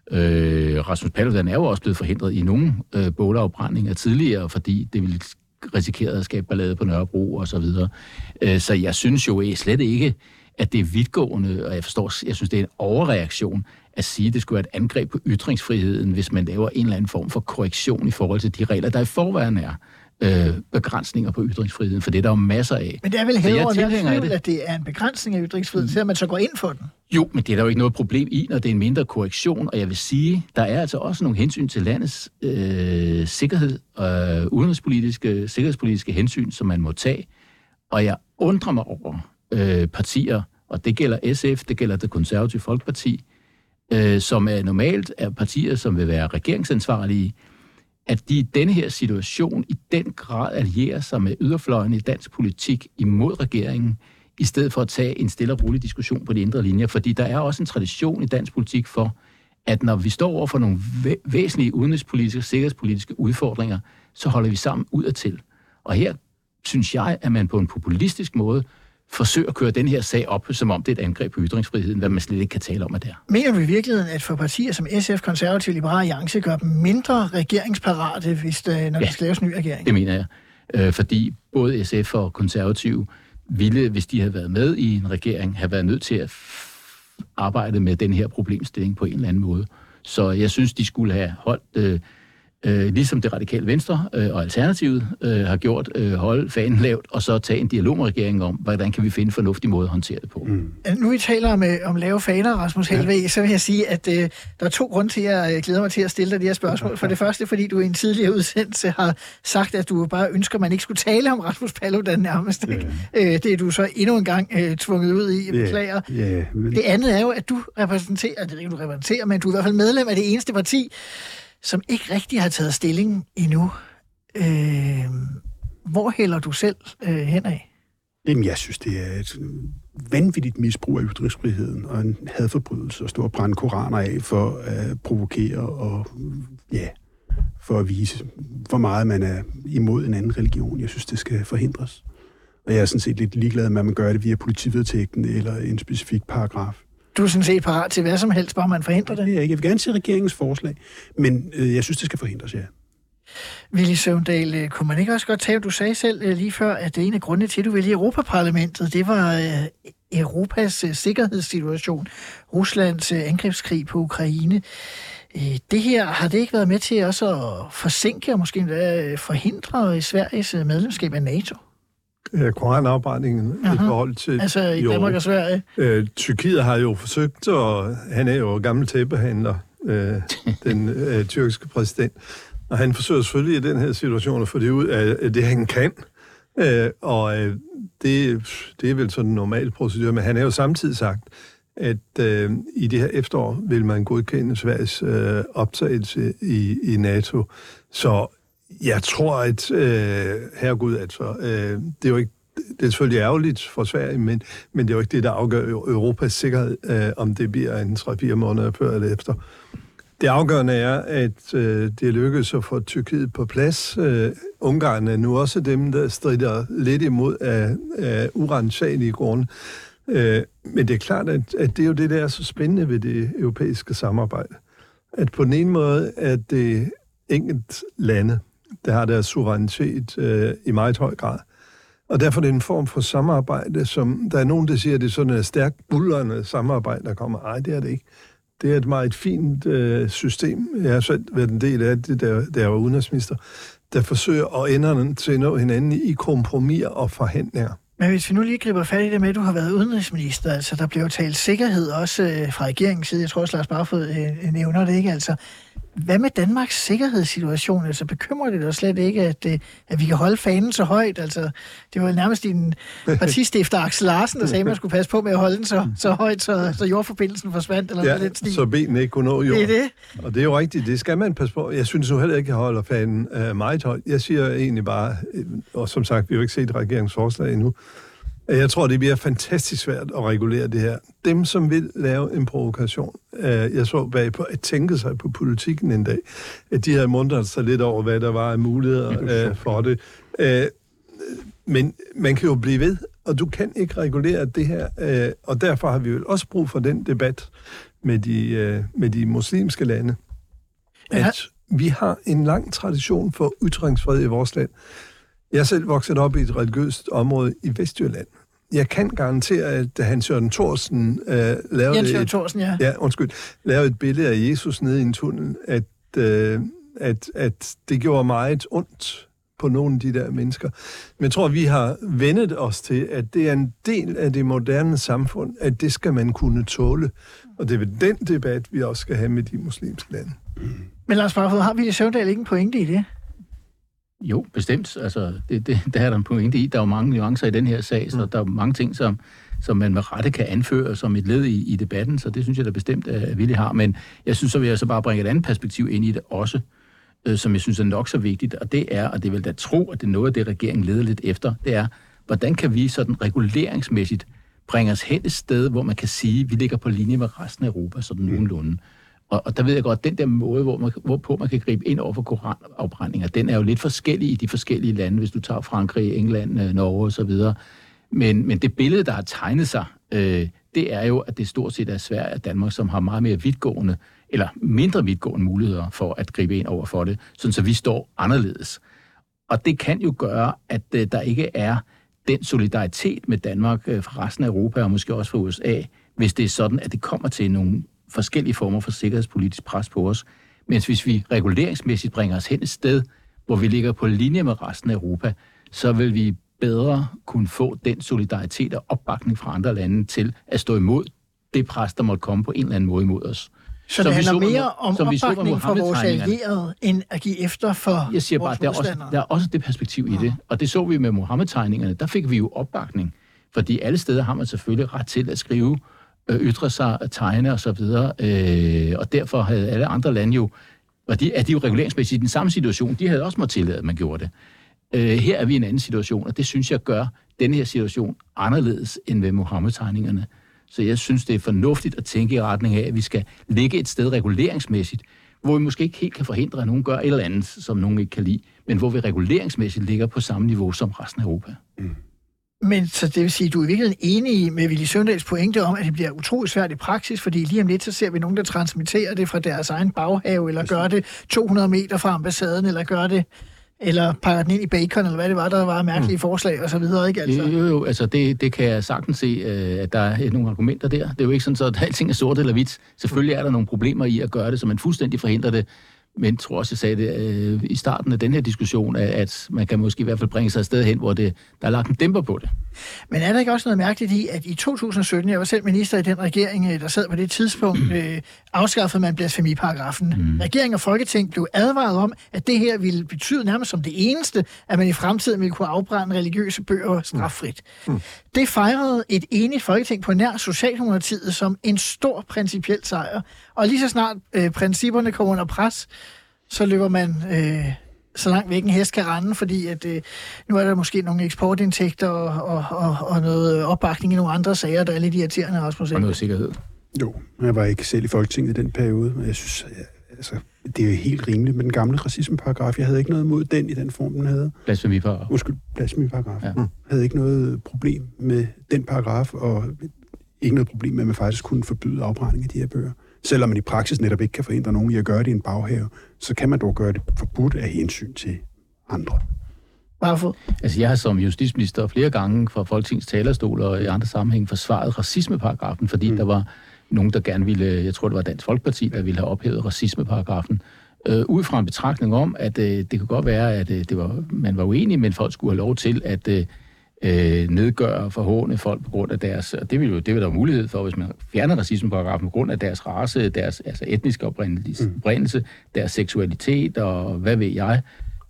Øh, Rasmus Paludan er jo også blevet forhindret i nogle øh, bålafbrændinger tidligere, fordi det ville risikere at skabe ballade på Nørrebro og så videre. Øh, så jeg synes jo slet ikke, at det er vidtgående, og jeg forstår, jeg synes, det er en overreaktion at sige, at det skulle være et angreb på ytringsfriheden, hvis man laver en eller anden form for korrektion i forhold til de regler, der i forvejen er. Øh, begrænsninger på ytringsfriheden, for det er der jo masser af. Men det er vel heller tvivl, at det er en begrænsning af ytringsfriheden, mm. til at man så går ind for den? Jo, men det er der jo ikke noget problem i, når det er en mindre korrektion, og jeg vil sige, der er altså også nogle hensyn til landets øh, sikkerhed, øh, udenrigspolitiske, sikkerhedspolitiske hensyn, som man må tage, og jeg undrer mig over øh, partier, og det gælder S F, det gælder Det Konservative Folkeparti, øh, som er normalt er partier, som vil være regeringsansvarlige, at de i denne her situation i den grad allierer sig med yderfløjen i dansk politik imod regeringen, i stedet for at tage en stille og rolig diskussion på de indre linjer. Fordi der er også en tradition i dansk politik for, at når vi står over for nogle væ- væsentlige udenrigspolitiske og sikkerhedspolitiske udfordringer, så holder vi sammen udadtil. Og her synes jeg, at man på en populistisk måde forsøger at køre den her sag op, som om det er et angreb på ytringsfriheden, hvad man slet ikke kan tale om af det her. Mener du i virkeligheden, at for partier som S F, Konservative, Liberale Alliance gør dem mindre regeringsparate, hvis det, når ja, der skal laves en ny regering? Det mener jeg. Øh, fordi både S F og Konservative ville, hvis de havde været med i en regering, have været nødt til at f- arbejde med den her problemstilling på en eller anden måde. Så jeg synes, de skulle have holdt... Øh, Øh, ligesom det radikale Venstre øh, og Alternativet øh, har gjort, øh, holde fanen lavt, og så tage en dialog med regeringen om, hvordan kan vi finde en fornuftig måde at håndtere det på. Mm. Nu vi taler om, om lave faner, Rasmus Helveg, ja. Så vil jeg sige, at øh, der er to grunde til, at jeg glæder mig til at stille dig de her spørgsmål. For det første, fordi du i en tidligere udsendelse har sagt, at du bare ønsker, at man ikke skulle tale om Rasmus Paludan nærmest. Ja. Øh, det er du så endnu en gang øh, tvunget ud i, jeg beklager. Ja. Ja, men... Det andet er jo, at du repræsenterer, det er ikke, du repræsenterer, men du er i hvert fald medlem af det eneste parti, som ikke rigtig har taget stilling endnu. Øh, hvor hælder du selv øh, henad? Jamen, jeg synes, det er et vanvittigt misbrug af ytringsfriheden og en hadforbrydelse at stå og brænde koraner af for at provokere og ja, for at vise, hvor meget man er imod en anden religion. Jeg synes, det skal forhindres. Og jeg er sådan set lidt ligeglad med, at man gør det via politivedtægten eller en specifik paragraf. Du er sådan set parat til hvad som helst, bare man forhindrer det? Det er ikke. Jeg vil gerne se regeringens forslag, men øh, jeg synes, det skal forhindres, ja. Villy Søvndal, kunne man ikke også godt tage, du sagde selv øh, lige før, at det er en af grundene til, at du ville i Europaparlamentet, det var øh, Europas uh, sikkerhedssituation, Ruslands uh, angrebskrig på Ukraine. Uh, det her, har det ikke været med til også at forsinke og måske uh, forhindre Sveriges uh, medlemskab af NATO? Koranafbrændingen i forhold til... Altså i jo, Danmark og Sverige? Øh, Tyrkiet har jo forsøgt, og han er jo gammel tæppehandler, øh, den øh, tyrkiske præsident, og han forsøger selvfølgelig i den her situation at få det ud af det, han kan, øh, og øh, det, det er vel sådan en normal procedure, men han har jo samtidig sagt, at øh, i det her efterår vil man godkende Sveriges øh, optagelse i, i NATO, så jeg tror, at øh, herregud, altså, øh, det er jo ikke, det er selvfølgelig ærgerligt for Sverige, men, men det er jo ikke det, der afgør Europas sikkerhed, øh, om det bliver en tre fire måneder før eller efter. Det afgørende er, at øh, det er lykkedes at få Tyrkiet på plads. Øh, Ungarn er nu også dem, der strider lidt imod af, af uransagelige grunde. Øh, men det er klart, at, at det er jo det, der er så spændende ved det europæiske samarbejde. At på den ene måde er det enkelt lande, der har deres suverænitet øh, i meget høj grad. Og derfor er det en form for samarbejde, som der er nogen, der siger, at det er sådan et stærkt buldrende samarbejde, der kommer. Ej, det er det ikke. Det er et meget fint øh, system. Jeg har selv været en del af det, der, der var udenrigsminister, der forsøger at ende til at nå hinanden i kompromiser og forhandlinger. Men hvis vi nu lige griber fat i det med, at du har været udenrigsminister, altså der bliver jo talt sikkerhed også øh, fra regeringens side. Jeg tror også, Lars Barfod øh, nævner det, ikke? Altså, hvad med Danmarks sikkerhedssituation? Altså, bekymrer det dig slet ikke, at, øh, at vi kan holde fanen så højt? Altså, det var nærmest din partistifter Axel Larsen, der sagde, at man skulle passe på med at holde den så, så højt, så, så jordforbindelsen forsvandt. Eller ja, den stil. Så benene ikke kunne nå jord. Det er det. Og det er jo rigtigt, det skal man passe på. Jeg synes jo heller ikke, at jeg holder fanen øh, meget højt. Jeg siger egentlig bare, og som sagt, vi har jo ikke set regeringsforslag endnu, jeg tror, det bliver fantastisk svært at regulere det her. Dem, som vil lave en provokation, jeg så bagpå at tænke sig på politikken en dag, at de havde mundret sig lidt over, hvad der var af muligheder for det. Men man kan jo blive ved, og du kan ikke regulere det her, og derfor har vi jo også brug for den debat med de, med de muslimske lande, at vi har en lang tradition for ytringsfrihed i vores land. Jeg er selv vokset op i et religiøst område i Vestjylland. Jeg kan garantere, at Hans Jørgen Thorsen øh, lavede, Jens Jørgen et, Thorsen, ja. Ja, undskyld, lavede et billede af Jesus nede i en tunnel, at, øh, at, at det gjorde meget ondt på nogle af de der mennesker. Men jeg tror, vi har vendet os til, at det er en del af det moderne samfund, at det skal man kunne tåle. Og det er vel den debat, vi også skal have med de muslimske lande. Men Lars Barfod, har Villy Søvndal ikke en pointe i det? Jo, bestemt. Altså, det, det, der er der en pointe i. Der er jo mange nuancer i den her sag, så mm. der er mange ting, som, som man med rette kan anføre som et led i, i debatten, så det synes jeg da bestemt, at Villy har. Men jeg synes, så vil jeg så bare bringe et andet perspektiv ind i det også, øh, som jeg synes er nok så vigtigt, og det er, og det vil da tro, at det er noget af det, regeringen leder lidt efter, det er, hvordan kan vi sådan reguleringsmæssigt bringe os hen et sted, hvor man kan sige, at vi ligger på linje med resten af Europa, sådan mm. nogenlunde. Og, og der ved jeg godt, at den der måde, hvor man, hvorpå man kan gribe ind over for koranafbrændinger, den er jo lidt forskellig i de forskellige lande, hvis du tager Frankrig, England, Norge og så videre. Men, men det billede, der har tegnet sig, øh, det er jo, at det stort set er Sverige og Danmark, som har meget mere vidtgående, eller mindre vidtgående muligheder for at gribe ind over for det, sådan så vi står anderledes. Og det kan jo gøre, at øh, der ikke er den solidaritet med Danmark øh, fra resten af Europa, og måske også fra U S A, hvis det er sådan, at det kommer til nogle forskellige former for sikkerhedspolitisk pres på os. Mens hvis vi reguleringsmæssigt bringer os hen et sted, hvor vi ligger på linje med resten af Europa, så vil vi bedre kunne få den solidaritet og opbakning fra andre lande til at stå imod det pres, der måtte komme på en eller anden måde imod os. Så det handler mere om opbakning fra vores allierede, end at give efter for Jeg siger bare, der er, også, der er også det perspektiv i det. Og det så vi med Mohammed-tegningerne. Der fik vi jo opbakning. Fordi alle steder har man selvfølgelig ret til at skrive, ytre sig, tegne og så videre. Øh, og derfor havde alle andre lande jo, og de er de jo reguleringsmæssigt i den samme situation, de havde også måttet tillade, at man gjorde det. Øh, her er vi i en anden situation, og det synes jeg gør denne her situation anderledes end ved Mohammed-tegningerne. Så jeg synes, det er fornuftigt at tænke i retning af, at vi skal ligge et sted reguleringsmæssigt, hvor vi måske ikke helt kan forhindre, at nogen gør et eller andet, som nogen ikke kan lide, men hvor vi reguleringsmæssigt ligger på samme niveau som resten af Europa. Mm. Men så det vil sige, at du er i virkeligheden enig med Villy Søvndals pointe om, at det bliver utroligt svært i praksis, fordi lige om lidt, så ser vi nogen, der transmitterer det fra deres egen baghave, eller gør det to hundrede meter fra ambassaden, eller gør det eller pakker den ind i bacon, eller hvad det var, der var mærkelige mm. forslag og så videre, ikke? Altså. Jo, jo, altså det, det kan jeg sagtens se, at der er nogle argumenter der. Det er jo ikke sådan, at alting er sort eller hvidt. Selvfølgelig er der nogle problemer i at gøre det, så man fuldstændig forhindrer det. Men jeg tror også, jeg sagde det øh, i starten af den her diskussion, at, at man kan måske i hvert fald bringe sig et sted hen, hvor det, der er lagt en dæmper på det. Men er der ikke også noget mærkeligt i, at i to tusind og sytten, jeg var selv minister i den regering, der sad på det tidspunkt, øh, afskaffede man blasfemiparagrafen. Mm. Regering og Folketing blev advaret om, at det her ville betyde nærmest som det eneste, at man i fremtiden ville kunne afbrænde religiøse bøger straffrit. Mm. Mm. Det fejrede et enigt Folketing på nær Socialdemokratiet som en stor principiel sejr. Og lige så snart øh, principperne kommer under pres, så løber man øh, så langt væk en hest kan rende, fordi at, øh, nu er der måske nogle eksportindtægter og, og, og, og noget opbakning i nogle andre sager, der er lidt irriterende, Rasmus. Og noget sikkerhed. Jo, jeg var ikke selv i Folketinget i den periode, men jeg synes, jeg, altså, det er jo helt rimeligt med den gamle racismeparagraf. Jeg havde ikke noget imod den i den form, den havde. Blasfemiparagraf. Undskyld, blasfemiparagraf. Ja. Jeg havde ikke noget problem med den paragraf, og ikke noget problem med, at man faktisk kunne forbyde afbrænding af de her bøger. Selvom man i praksis netop ikke kan forhindre nogen i at gøre det i en baghave, så kan man dog gøre det forbudt af hensyn til andre. Hvorfor? Altså, jeg har som justitsminister flere gange fra Folketingets talerstol og i andre sammenhæng forsvaret racismeparagrafen, fordi mm. der var nogen, der gerne ville, jeg tror det var Dansk Folkeparti, der ville have ophævet racismeparagrafen, øh, ud fra en betragtning om, at øh, det kunne godt være, at øh, det var, man var uenig, men folk skulle have lov til at øh, øh, nedgøre og forhåne folk på grund af deres, og det vil jo det vil der være mulighed for, hvis man fjerner racismeparagrafen på grund af deres race, deres altså etniske oprindelse, mm. oprindelse, deres seksualitet og hvad ved jeg.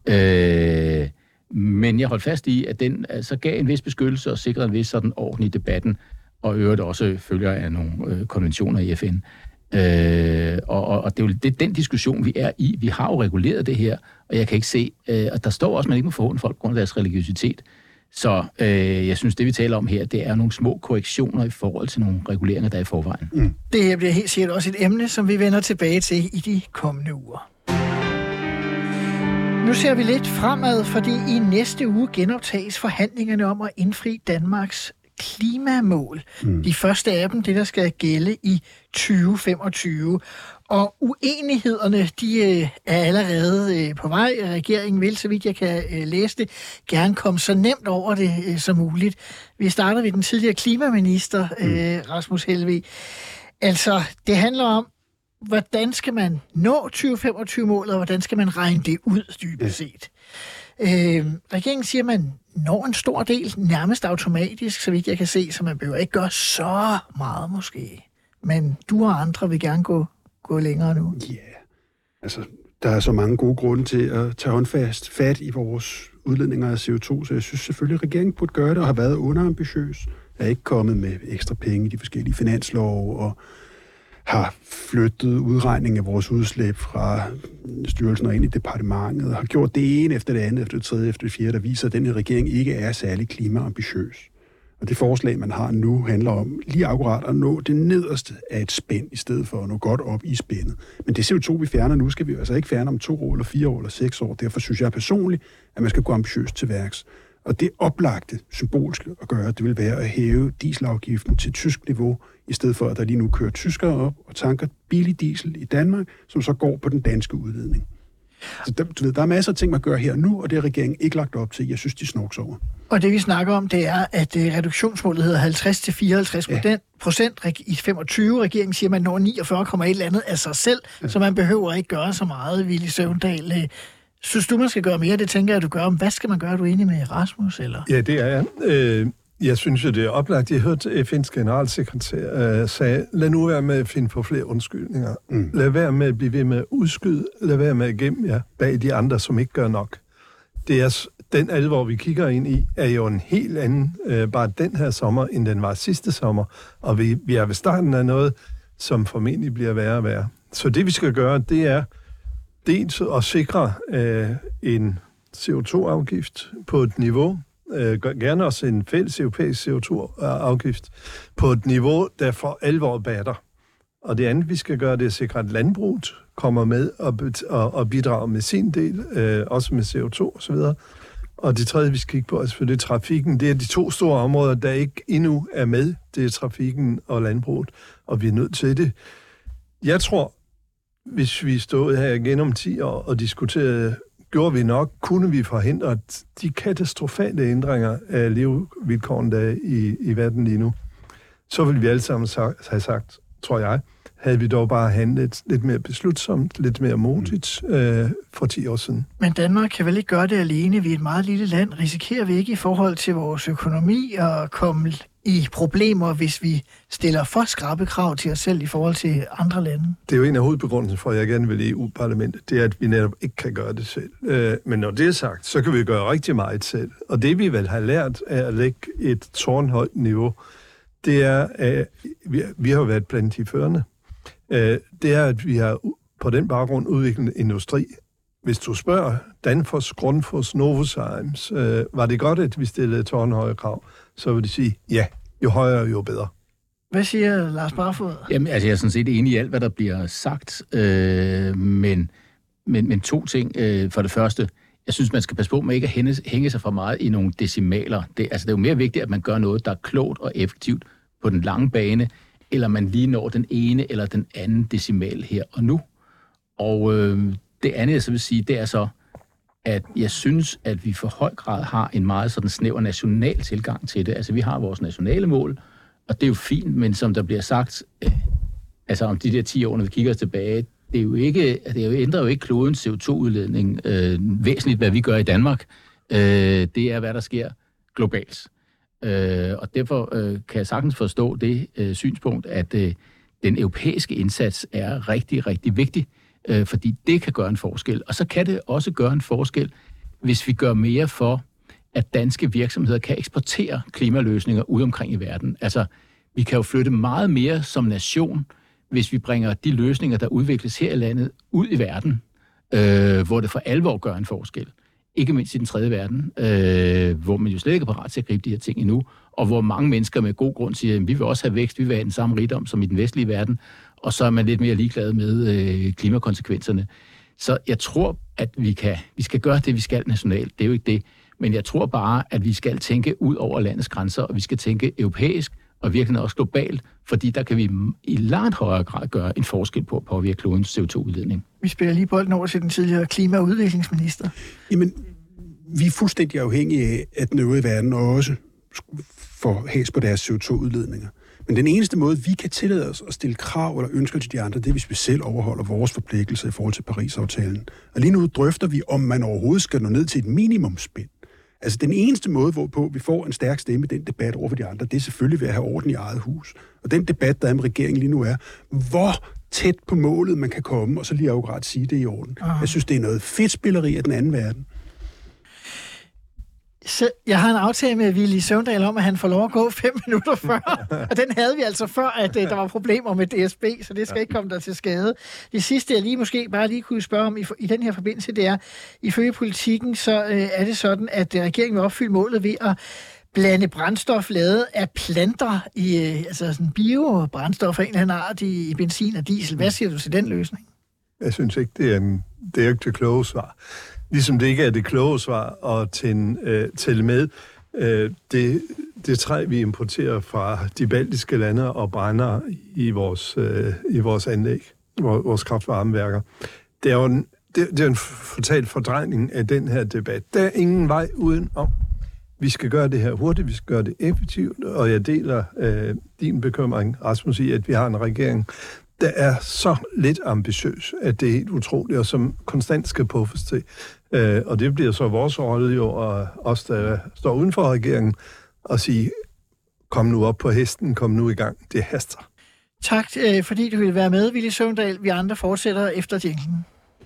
Øh, men jeg holdt fast i, at den altså gav en vis beskyttelse og sikrede en vis sådan orden i debatten, og øvrigt også følger af nogle øh, konventioner i F N. Øh, og, og, og det er jo det, den diskussion, vi er i. Vi har jo reguleret det her, og jeg kan ikke se, øh, og der står også, at man ikke må forhåne folk på grund af deres religiøsitet. Så øh, jeg synes, det vi taler om her, det er nogle små korrektioner i forhold til nogle reguleringer, der er i forvejen. Mm. Det her bliver helt sikkert også et emne, som vi vender tilbage til i de kommende uger. Nu ser vi lidt fremad, fordi i næste uge genoptages forhandlingerne om at indfri Danmarks klimamål. Mm. De første af dem, det der skal gælde i tyve femogtyve. Og uenighederne, de øh, er allerede øh, på vej. Regeringen vil, så vidt jeg kan øh, læse det, gerne komme så nemt over det øh, som muligt. Vi starter ved den tidligere klimaminister, øh, Rasmus Helveg. Altså, det handler om, hvordan skal man nå tyve femogtyve-målet, og hvordan skal man regne det ud, dybest set. Øh, regeringen siger, at man når en stor del nærmest automatisk, så vidt jeg kan se, så man behøver ikke gøre så meget måske. Men du og andre vil gerne gå, gå længere nu. Ja, yeah. altså der er så mange gode grunde til at tage håndfast fat i vores udledninger af C O to, så jeg synes selvfølgelig, at regeringen burde gøre det og har været underambitiøs. Der er ikke kommet med ekstra penge i de forskellige finanslove og har flyttet udregning af vores udslip fra styrelsen og ind i departementet, og har gjort det ene efter det andet, efter det tredje, efter det fjerde, der viser, at denne regering ikke er særlig klimaambitiøs. Og det forslag, man har nu, handler om lige akkurat at nå det nederste af et spænd, i stedet for at nå godt op i spændet. Men det C O to, vi fjerner nu, skal vi altså ikke fjerne om to år, eller fire år, eller seks år. Derfor synes jeg personligt, at man skal gå ambitiøst til værks. Og det oplagte, symbolske at gøre, det vil være at hæve dieselafgiften til tysk niveau, i stedet for, at der lige nu kører tyskere op og tanker billig diesel i Danmark, som så går på den danske udledning. Så der, du ved, der er masser af ting, man gør her nu, og det har regeringen ikke lagt op til. Jeg synes, de snorks over. Og det, vi snakker om, det er, at uh, reduktionsmålet hedder halvtreds til fireoghalvtreds procent ja. i femogtyve. Regeringen siger, at man når niogfyrre komma et eller andet af sig selv, ja. Så man behøver ikke gøre så meget, Villy Søvndal. Synes du, man skal gøre mere? Det tænker jeg, du gør. Hvad skal man gøre? Er du enig med Rasmus? Eller? Ja, det er jeg. Øh, jeg synes jo, det er oplagt. Jeg hørte F N's generalsekretær øh, sagde, lad nu være med at finde på flere undskyldninger. Mm. Lad være med at blive ved med at udskyde. Lad være med at gemme jer bag de andre, som ikke gør nok. Det er den alvor, vi kigger ind i, er jo en helt anden, øh, bare den her sommer, end den var sidste sommer. Og vi, vi er ved starten af noget, som formentlig bliver værre og værre. Så det, vi skal gøre, det er dels at sikre øh, en C O to afgift på et niveau, øh, gerne også en fælles europæisk C O to afgift, på et niveau, der for alvor batter. Og det andet, vi skal gøre, det er at sikre, at landbruget kommer med og, og, og bidrager med sin del, øh, også med C O to osv. Og det tredje, vi skal kigge på, er selvfølgelig trafikken. Det er de to store områder, der ikke endnu er med. Det er trafikken og landbruget, og vi er nødt til det. Jeg tror, hvis vi stod her igen om ti år og diskuterede gjorde vi nok, kunne vi forhindre de katastrofale ændringer af levevilkårene, der er i, i verden lige nu, så ville vi alle sammen have sagt, tror jeg, havde vi dog bare handlet lidt mere beslutsomt, lidt mere modigt øh, for ti år siden. Men Danmark kan vel ikke gøre det alene? Vi er et meget lille land. Risikerer vi ikke i forhold til vores økonomi at komme i problemer, hvis vi stiller for skrappe krav til os selv i forhold til andre lande? Det er jo en af hovedbegrundelsen for, at jeg gerne vil i E U-parlamentet. Det er, at vi netop ikke kan gøre det selv. Øh, men når det er sagt, så kan vi gøre rigtig meget selv. Og det vi vel har lært af at lægge et tårnhøjt niveau, det er, at vi, vi har været blandt de førende. Det er, at vi har på den baggrund udviklet en industri. Hvis du spørger Danfoss, Grundfos, Novozymes, øh, var det godt, at vi stillede tårnhøje krav, så vil de sige, ja, jo højere, jo bedre. Hvad siger Lars Barfoed? Jamen, altså, jeg er sådan set enig i alt, hvad der bliver sagt, øh, men, men, men to ting. Øh, for det første, jeg synes, man skal passe på med ikke at hænge, hænge sig for meget i nogle decimaler. Det, altså, det er jo mere vigtigt, at man gør noget, der er klogt og effektivt på den lange bane, eller man lige når den ene eller den anden decimal her og nu. Og øh, det andet, jeg så vil sige, det er så, at jeg synes, at vi for høj grad har en meget sådan snæver national tilgang til det. Altså, vi har vores nationale mål, og det er jo fint, men som der bliver sagt, øh, altså om de der ti år, når vi kigger os tilbage, det er jo ikke, det er jo, ændrer jo ikke klodens C O to udledning øh, væsentligt, hvad vi gør i Danmark. Øh, det er, hvad der sker globalt. Øh, og derfor øh, kan jeg sagtens forstå det øh, synspunkt, at øh, den europæiske indsats er rigtig, rigtig vigtig, øh, fordi det kan gøre en forskel. Og så kan det også gøre en forskel, hvis vi gør mere for, at danske virksomheder kan eksportere klimaløsninger ud omkring i verden. Altså, vi kan jo flytte meget mere som nation, hvis vi bringer de løsninger, der udvikles her i landet, ud i verden, øh, hvor det for alvor gør en forskel. Ikke mindst i den tredje verden, øh, hvor man jo slet ikke er parat til at gribe de her ting endnu, og hvor mange mennesker med god grund siger, at vi vil også have vækst, vi vil have den samme rigdom som i den vestlige verden, og så er man lidt mere ligeglad med øh, klimakonsekvenserne. Så jeg tror, at vi, kan, vi skal gøre det, vi skal nationalt. Det er jo ikke det. Men jeg tror bare, at vi skal tænke ud over landets grænser, og vi skal tænke europæisk, og virkelig også globalt, fordi der kan vi i langt højere grad gøre en forskel på at påvirke klodens C O to udledning. Vi spiller lige bolden over til den tidligere klima- og udviklingsminister. Jamen, vi er fuldstændig afhængige af, at den øvrige verden også får hæs på deres C O to udledninger. Men den eneste måde, vi kan tillade os at stille krav eller ønsker til de andre, det er, hvis vi selv overholder vores forpligtelser i forhold til Paris-aftalen. Og lige nu drøfter vi, om man overhovedet skal nå ned til et minimumsspænd. Altså, den eneste måde, hvorpå vi får en stærk stemme i den debat over for de andre, det er selvfølgelig ved at have orden i eget hus. Og den debat, der er med regeringen lige nu, er, hvor tæt på målet man kan komme, og så lige akkurat sige det i orden. Aha. Jeg synes, det er noget fedt spilleri af den anden verden. Så jeg har en aftale med Villy Søvndal om, at han får lov at gå fem minutter før. Og den havde vi altså før, at uh, der var problemer med D S B, så det skal ikke komme der til skade. Det sidste, jeg lige måske bare lige kunne spørge om i, i den her forbindelse, det er, ifølge Politikken, så uh, er det sådan, at uh, regeringen vil opfylde målet ved at blande brændstof lavet af planter i uh, altså sådan biobrændstof af en eller anden art i, i benzin og diesel. Hvad siger du til den løsning? Jeg synes ikke, det er, en, det er ikke det kloge svar. Ligesom det ikke er det kloge svar at tælle, øh, tælle med. Øh, det, det træ, vi importerer fra de baltiske lande og brænder i vores, øh, i vores anlæg, vores kraftvarmeværker. Det er jo en, det, det er en fortalt fordrejning af den her debat. Der er ingen vej udenom. Vi skal gøre det her hurtigt, vi skal gøre det effektivt, og jeg deler øh, din bekymring, Rasmus, i, at vi har en regering, der er så lidt ambitiøs, at det er helt utroligt, og som konstant skal puffes til. Øh, og det bliver så vores rolle jo, og os, der står uden for regeringen, og sige, kom nu op på hesten, kom nu i gang, det haster. Tak, øh, fordi du ville være med, Villy Søvndal. Vi andre fortsætter efter jinglen.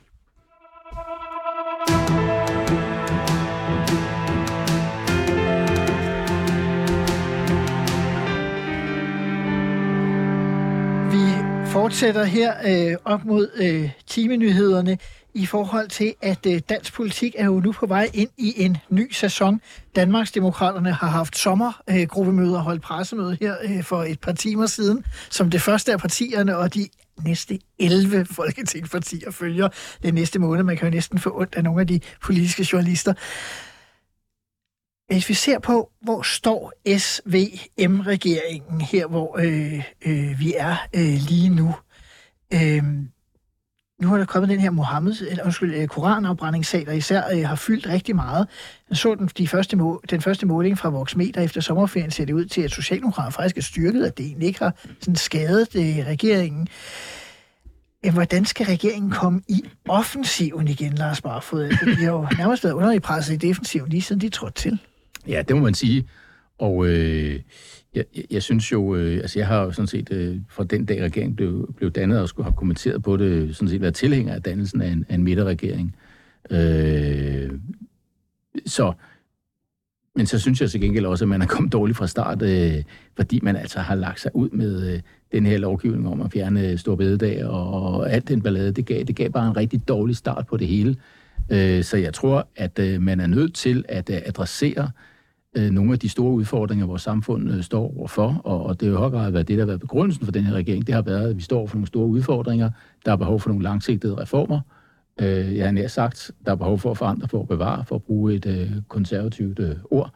Fortsætter her øh, op mod øh, timenyhederne i forhold til, at øh, dansk politik er jo nu på vej ind i en ny sæson. Danmarksdemokraterne har haft sommergruppemøder og holdt pressemøde her øh, for et par timer siden, som det første af partierne, og de næste elleve folketingspartier følger den næste måned. Man kan jo næsten få ondt af nogle af de politiske journalister. Hvis vi ser på, hvor står S V M-regeringen her, hvor øh, øh, vi er øh, lige nu. Øh, Nu har der kommet den her Mohammed, eller undskyld, koranafbrændingssag, der især øh, har fyldt rigtig meget. Jeg så den, de første må, den første måling fra Voxmeter efter sommerferien, ser det ud til, at Socialdemokraterne faktisk er styrket, at det egentlig ikke har sådan skadet øh, regeringen. Hvordan skal regeringen komme i offensiven igen, Lars Barfoed? Det har jo nærmest været underligt presset i defensiven, lige siden de trådte til. Ja, det må man sige. Og øh, jeg, jeg synes jo, øh, altså jeg har jo sådan set øh, fra den dag regeringen blev, blev dannet og skulle have kommenteret på det, sådan set været tilhænger af dannelsen af en, af en midterregering. Øh, så, men så synes jeg til gengæld også, at man er kommet dårligt fra start, øh, fordi man altså har lagt sig ud med øh, den her lovgivning om at fjerne store bededag og, og alt den ballade. Det gav, det gav bare en rigtig dårlig start på det hele. Øh, så jeg tror, at øh, man er nødt til at øh, adressere nogle af de store udfordringer, vores samfund står overfor, og det er jo i høj grad været det, der har været begrundelsen for den her regering. Det har været, at vi står for nogle store udfordringer. Der er behov for nogle langsigtede reformer. Jeg har nær sagt, der er behov for at forandre, for at bevare, for at bruge et konservativt ord.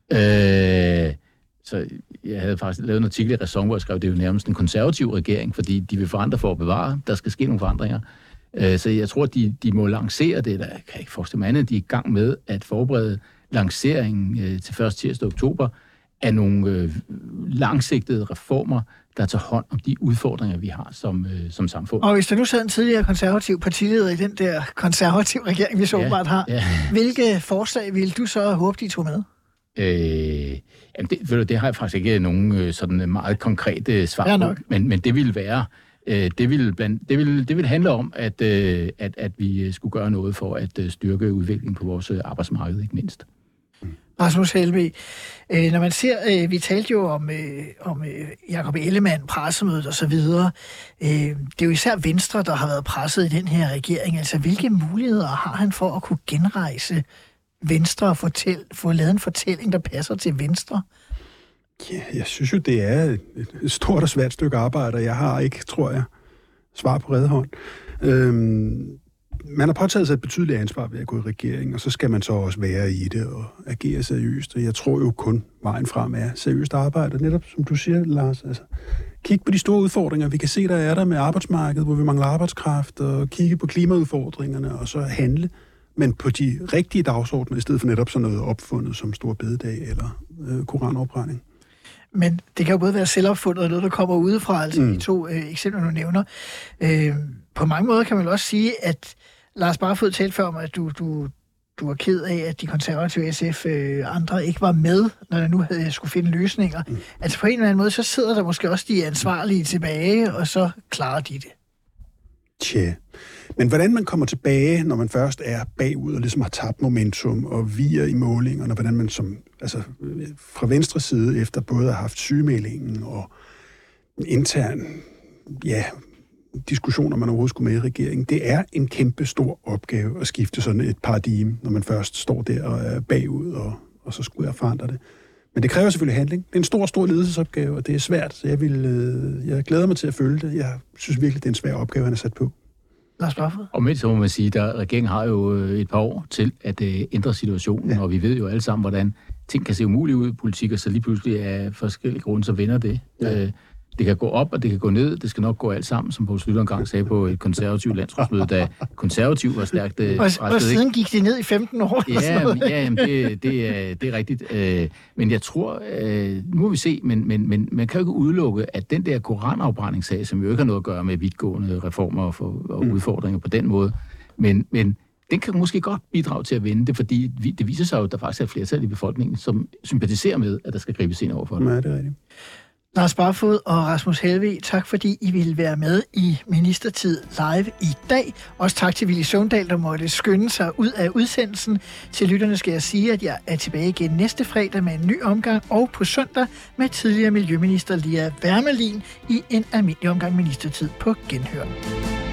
Så jeg havde faktisk lavet en artikel i Ræson, hvor jeg skrev, det er jo nærmest en konservativ regering, fordi de vil forandre for at bevare. Der skal ske nogle forandringer. Så jeg tror, de, de må lancere det, der kan ikke forestille mig andet, de er i gang med at forberede lanceringen øh, til første tirsdag oktober af nogle øh, langsigtede reformer, der tager hånd om de udfordringer, vi har som, øh, som samfund. Og hvis der nu sad en tidligere konservativ partileder i den der konservative regering, vi så åbenbart ja, har, ja. Hvilke forslag ville du så håbe, de tog med? Øh, jamen det, ved du, det har jeg faktisk ikke nogen øh, sådan meget konkrete svar ja, på, men, men det ville være øh, det ville blandt, det ville det ville handle om at øh, at at vi skulle gøre noget for at øh, styrke udviklingen på vores arbejdsmarked, ikke mindst. Rasmus Helveg, øh, når man ser, øh, vi talte jo om, øh, om øh, Jakob Ellemann, pressemødet og så videre. Øh, det er jo især Venstre, der har været presset i den her regering. Altså, hvilke muligheder har han for at kunne genrejse Venstre og fortæl, få lavet en fortælling, der passer til Venstre? Ja, jeg synes jo, det er et stort og svært stykke arbejde, og jeg har ikke, tror jeg, svar på rede hånd. Øhm, man har påtaget sig et betydeligt ansvar ved at gå i regering, og så skal man så også være i det og agere seriøst. Og jeg tror jo kun, vejen frem er seriøst arbejde. Netop som du siger, Lars, altså, kig på de store udfordringer. Vi kan se, der er der med arbejdsmarkedet, hvor vi mangler arbejdskraft, og kigge på klimaudfordringerne, og så handle. Men på de rigtige dagsordner, i stedet for netop sådan noget opfundet som stor bededag eller øh, koranafbrænding. Men det kan jo både være selvopfundet og noget, der kommer udefra, altså mm. de to øh, eksempler, du nævner. Øh, på mange måder kan man også sige, at Lars Barfoed talte før om, at du, du, du var ked af, at de konservative S F øh, andre ikke var med, når der nu havde skulle finde løsninger. Mm. Altså på en eller anden måde, så sidder der måske også de ansvarlige tilbage, og så klarer de det. Tja. Men hvordan man kommer tilbage, når man først er bagud og ligesom har tabt momentum og viger i målingerne, hvordan man som, altså fra venstre side efter både har haft sygemeldingen og intern, ja, diskussioner, man overhovedet skulle med i regeringen, det er en kæmpe stor opgave at skifte sådan et paradigme, når man først står der og er bagud, og, og så skulle jeg forandre det. Men det kræver selvfølgelig handling. Det er en stor, stor ledelsesopgave, og det er svært, så jeg, vil, jeg glæder mig til at følge det. Jeg synes virkelig, det er en svær opgave, han har sat på. Lars Barfoed? Og med så må man sige, at regeringen har jo et par år til at uh, ændre situationen, ja. Og vi ved jo alle sammen, hvordan ting kan se umulige ud i politik, og så lige pludselig af forskellige grunde, så vender det. Ja. Uh, det kan gå op, og det kan gå ned. Det skal nok gå alt sammen, som Poul Schlüter engang sagde på et konservativt landsrådsmøde, da konservativ var stærkt uh, presset. Og siden gik det ned i femten år? Ja, ja jamen, det, det, er, det er rigtigt. Uh, men jeg tror, uh, nu må vi se, men, men, men man kan jo ikke udelukke, at den der koranafbrændingssag, som jo ikke har noget at gøre med vidtgående reformer og, for, og mm. udfordringer på den måde, men, men den kan måske godt bidrage til at vinde det, fordi det viser sig jo, at der faktisk er et flertal i befolkningen, som sympatiserer med, at der skal gribes ind over for det. Ja, det er rigtigt. Lars Barfoed og Rasmus Helveg, tak fordi I ville være med i Ministertid Live i dag. Også tak til Villy Søvndal, der måtte skynde sig ud af udsendelsen. Til lytterne skal jeg sige, at jeg er tilbage igen næste fredag med en ny omgang, og på søndag med tidligere Miljøminister Lea Wermelin i en almindelig omgang Ministertid på Genhør.